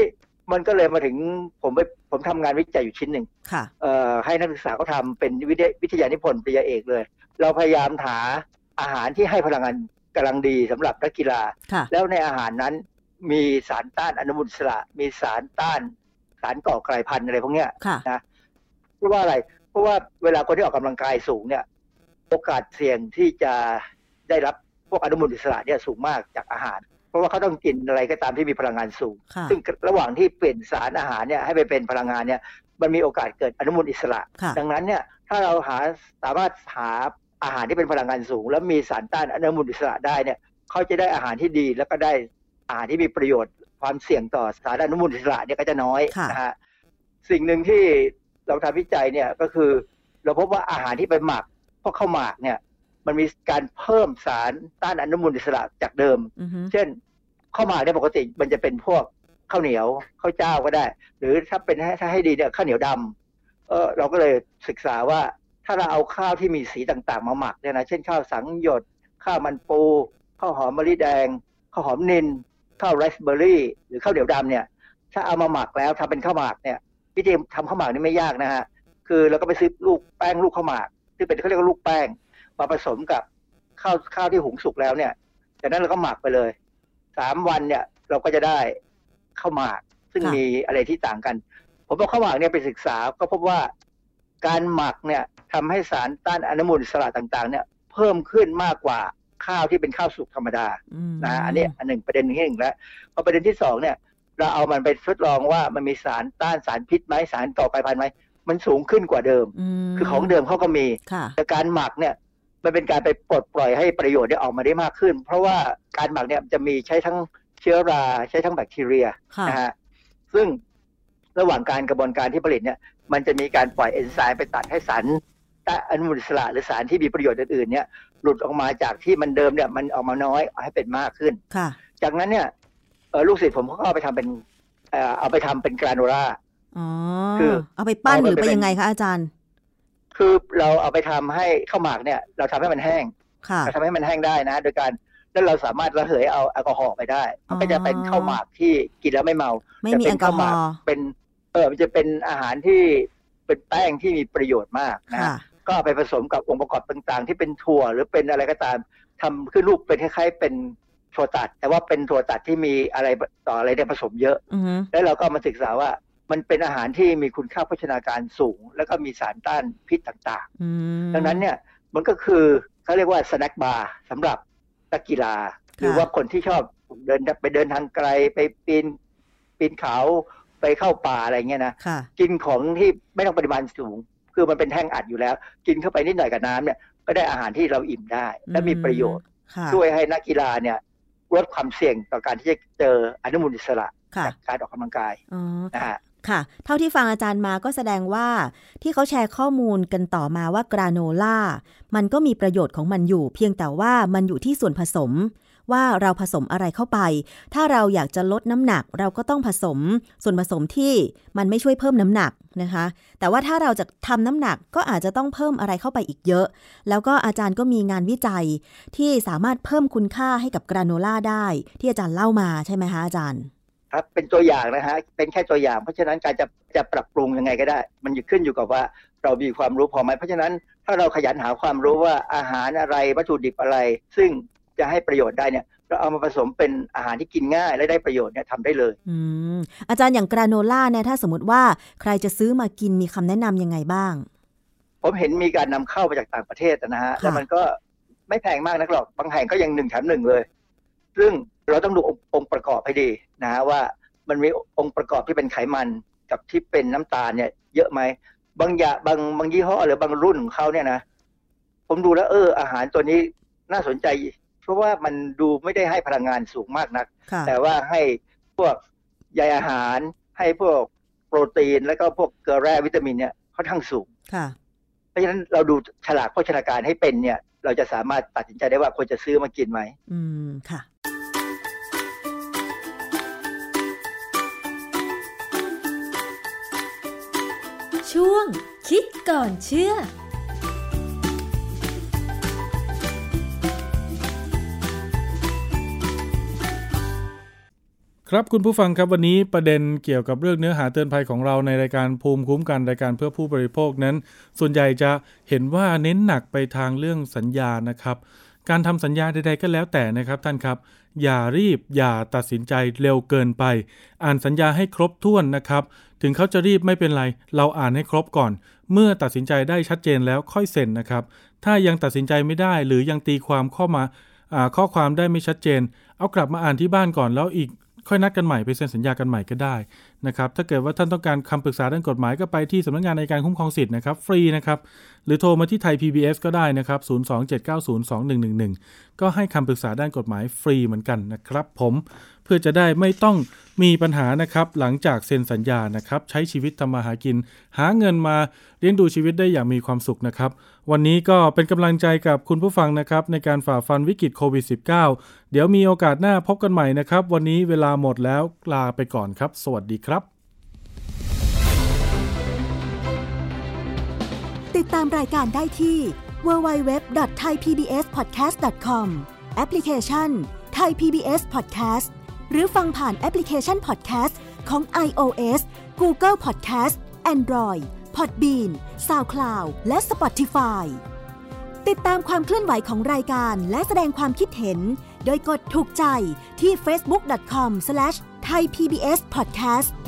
มันก็เลยมาถึงผมทำงานวิจัยอยู่ชิ้นหนึ่งให้นักศึกษาเขาทำเป็นวิทยานิพนธ์ปริญญาเอกเลยเราพยายามหาอาหารที่ให้พลังงานกำลังดีสำหรับนักกีฬาแล้วในอาหารนั้นมีสารต้านอนุมูลอิสระมีสารต้านสารก่อกลายพันธุ์อะไรพวกเนี้ยนะเพราะว่าอะไรเพราะว่าเวลาคนที่ออกกำลังกายสูงเนี่ยโอกาสเสี่ยงที่จะได้รับพวกอนุมูลอิสระเนี่ยสูงมากจากอาหารเพราะว่าเขาต้องกินอะไรก็ตามที่มีพลังงานสูงซึ่งระหว่างที่เปลี่ยนสารอาหารเนี่ยให้ไปเป็นพลังงานเนี่ยมันมีโอกาสเกิดอนุมูลอิสระดังนั้นเนี่ยถ้าเราสามารถหาอาหารที่เป็นพลังงานสูงแล้วมีสารต้านอนุมูลอิสระได้เนี่ยเขาจะได้อาหารที่ดีแล้วก็ได้อาหารที่มีประโยชน์ความเสี่ยงต่อสารอนุมูลอิสระเนี่ยก็จะน้อยนะฮะสิ่งหนึ่งที่เราทำวิจัยเนี่ยก็คือเราพบว่าอาหารที่ไปหมักพวกข้าวหมากเนี่ยมันมีการเพิ่มสารต้านอนุมูลอิสระจากเดิมเช่นข้าวหมากเนี่ยปกติมันจะเป็นพวกข้าวเหนียวข้าวเจ้าก็ได้หรือถ้าให้ดีเนี่ยข้าวเหนียวดำเราก็เลยศึกษาว่าถ้าเราเอาข้าวที่มีสีต่างๆมาหมักเนี่ยนะเช่นข้าวสังหยดข้าวมันปูข้าวหอมมะลิแดงข้าวหอมนิลข้าวไรซ์เบอร์รี่หรือข้าวเหนียวดำเนี่ยถ้าเอามาหมักแล้วทำเป็นข้าวหมากเนี่ยวิธีทำข้าวหมากนี่ไม่ยากนะฮะคือเราก็ไปซื้อลูกแป้งลูกข้าวหมากที่เป็นเขาเรียกว่าลูกแป้งมาผสมกับข้าวที่หุงสุกแล้วเนี่ยจากนั้นเราก็หมักไปเลย3 วันเนี่ยเราก็จะได้ข้าวหมากซึ่งมีอะไรที่ต่างกันผมเอาข้าวหมากเนี่ยไปศึกษาก็พบว่าการหมักเนี่ยทำให้สารต้านอนุมูลอิสระต่างๆเนี่ยเพิ่มขึ้นมากกว่าข้าวที่เป็นข้าวสุกธรรมดานะอันนี้อันหนึ่งประเด็นที่1แล้วพอประเด็นที่2เนี่ยเราเอามันไปทดลองว่ามันมีสารต้านสารพิษไหมสารก่อกลายพันธุ์ไหมมันสูงขึ้นกว่าเดิมคือของเดิมเขาก็มีแต่การหมักเนี่ยมันเป็นการไปปลดปล่อยให้ประโยชน์ได้ออกมาได้มากขึ้นเพราะว่าการหมักเนี่ยจะมีใช้ทั้งเชื้อราใช้ทั้งแบคทีเรียนะฮะซึ่งระหว่างกระบวนการที่ผลิตเนี่ยมันจะมีการปล่อยเอนไซม์ไปตัดให้สารอนุมูลอิสระหรือสารที่มีประโยชน์อื่นๆเนี่ยหลุดออกมาจากที่มันเดิมเนี่ยมันออกมาน้อยให้เป็นมากขึ้นจากนั้นเนี่ยลูกศิษย์ผมก็เอาไปทำเป็นกราโนล่าคือเอาไปปั้นหรือไปยังไงคะอาจารย์คือเราเอาไปทำให้ข้าวหมากเนี่ยเราทำให้มันแห้งเราทำให้มันแห้งได้นะโดยการแล้วเราสามารถระเหยเอาแอลกอฮอล์ไปได้มันก็จะเป็นข้าวหมากที่กินแล้วไม่เมาไม่มีแอลกอฮอล์เป็นมันจะเป็นอาหารที่เป็นแป้งที่มีประโยชน์มากนะก็ไปผสมกับองค์ประกอบต่างๆที่เป็นถั่วหรือเป็นอะไรก็ตามทำขึ้นรูปเป็นคล้ายๆเป็นถั่วตัดแต่ว่าเป็นถั่วตัดที่มีอะไรต่ออะไรได้ผสมเยอะแล้วเราก็มาศึกษาว่ามันเป็นอาหารที่มีคุณค่าโภชนาการสูงแล้วก็มีสารต้านพิษต่างๆดังนั้นเนี่ยมันก็คือเขาเรียกว่าสแน็คบาร์สำหรับนักกีฬาหรือว่าคนที่ชอบเดินทางไกลไปปีนเขาไปเข้าป่าอะไรเงี้ยนะกินของที่ไม่ต้องปริมาณสูงคือมันเป็นแท่งอัดอยู่แล้วกินเข้าไปนิดหน่อยกับน้ำเนี่ยก็ได้อาหารที่เราอิ่มได้และมีประโยชน์ช่วยให้นักกีฬาเนี่ยลดความเสี่ยงต่อการที่จะเจออนุมูลอิสระจากการออกกำลังกายนะฮะค่ะเท่าที่ฟังอาจารย์มาก็แสดงว่าที่เขาแชร์ข้อมูลกันต่อมาว่ากราโนล่ามันก็มีประโยชน์ของมันอยู่เพียงแต่ว่ามันอยู่ที่ส่วนผสมว่าเราผสมอะไรเข้าไปถ้าเราอยากจะลดน้ำหนักเราก็ต้องผสมส่วนผสมที่มันไม่ช่วยเพิ่มน้ำหนักนะคะแต่ว่าถ้าเราจะทำน้ำหนักก็อาจจะต้องเพิ่มอะไรเข้าไปอีกเยอะแล้วก็อาจารย์ก็มีงานวิจัยที่สามารถเพิ่มคุณค่าให้กับกราโนล่าได้ที่อาจารย์เล่ามาใช่ไหมคะอาจารย์ครับเป็นตัวอย่างนะฮะเป็นแค่ตัวอย่างเพราะฉะนั้นการจะปรับปรุงยังไงก็ได้มันขึ้นอยู่กับว่าเรามีความรู้พอไหมเพราะฉะนั้นถ้าเราขยันหาความรู้ว่าอาหารอะไรวัตถุดิบอะไรซึ่งจะให้ประโยชน์ได้เนี่ยเราเอามาผสมเป็นอาหารที่กินง่ายและได้ประโยชน์เนี่ยทำได้เลยอาจารย์อย่างกราโนล่าเนี่ยถ้าสมมติว่าใครจะซื้อมากินมีคำแนะนำยังไงบ้างผมเห็นมีการนำเข้ามาจากต่างประเทศนะฮะแล้วมันก็ไม่แพงมากนักหรอกบางแห่งก็ยัง1 แถม 1เลยซึ่งเราต้องดูองค์ประกอบให้ดีนะฮะว่ามันมีองค์ประกอบที่เป็นไขมันกับที่เป็นน้ำตาลเนี่ยเยอะไหมบางยี่ห้อหรือบางรุ่นของเขาเนี่ยนะผมดูแล้วอาหารตัวนี้น่าสนใจเพราะว่ามันดูไม่ได้ให้พลังงานสูงมากนักแต่ว่าให้พวกใยอาหารให้พวกโปรตีนแล้วก็พวกเกลือแร่วิตามินเนี่ยค่อนข้างสูงเพราะฉะนั้นเราดูฉลากโภชนาการให้เป็นเนี่ยเราจะสามารถตัดสินใจได้ว่าควรจะซื้อมากินไหมค่ะช่วงคิดก่อนเชื่อคครับคุณผู้ฟังครับวันนี้ประเด็นเกี่ยวกับเรื่องเนื้อหาเตือนภัยของเราในรายการภูมิคุ้มกันรายการเพื่อผู้บริโภคนั้นส่วนใหญ่จะเห็นว่าเน้นหนักไปทางเรื่องสัญญานะครับการทำสัญญาใดๆก็แล้วแต่นะครับท่านครับอย่ารีบอย่าตัดสินใจเร็วเกินไปอ่านสัญญาให้ครบถ้วนนะครับถึงเขาจะรีบไม่เป็นไรเราอ่านให้ครบก่อนเมื่อตัดสินใจได้ชัดเจนแล้วค่อยเซ็นนะครับถ้ายังตัดสินใจไม่ได้หรือยังตีความข้อความได้ไม่ชัดเจนเอากลับมาอ่านที่บ้านก่อนแล้วอีกค่อยนัดกันใหม่ไปเซ็นสัญญากันใหม่ก็ได้นะครับถ้าเกิดว่าท่านต้องการคำปรึกษาด้านกฎหมายก็ไปที่สำนักงานอัยการคุ้มครองสิทธิ์นะครับฟรีนะครับหรือโทรมาที่ไทย PBS ก็ได้นะครับ027902111ก็ให้คำปรึกษาด้านกฎหมายฟรีเหมือนกันนะครับผมเพื่อจะได้ไม่ต้องมีปัญหานะครับหลังจากเซ็นสัญญานะครับใช้ชีวิตทำมาหากินหาเงินมาเลี้ยงดูชีวิตได้อย่างมีความสุขนะครับวันนี้ก็เป็นกำลังใจกับคุณผู้ฟังนะครับในการฝ่าฟันวิกฤตโควิด -19 เดี๋ยวมีโอกาสหน้าพบกันใหม่นะครับวันนี้เวลาหมดแล้วลาไปก่อนครับสวัสดีครับติดตามรายการได้ที่ www.thaipbspodcast.com แอปพลิเคชัน Thai PBS Podcast หรือฟังผ่านแอปพลิเคชัน Podcast ของ iOS Google Podcast Android Podbean SoundCloud และ Spotify ติดตามความเคลื่อนไหวของรายการและแสดงความคิดเห็นโดยกดถูกใจที่ facebook.com/thaipbspodcast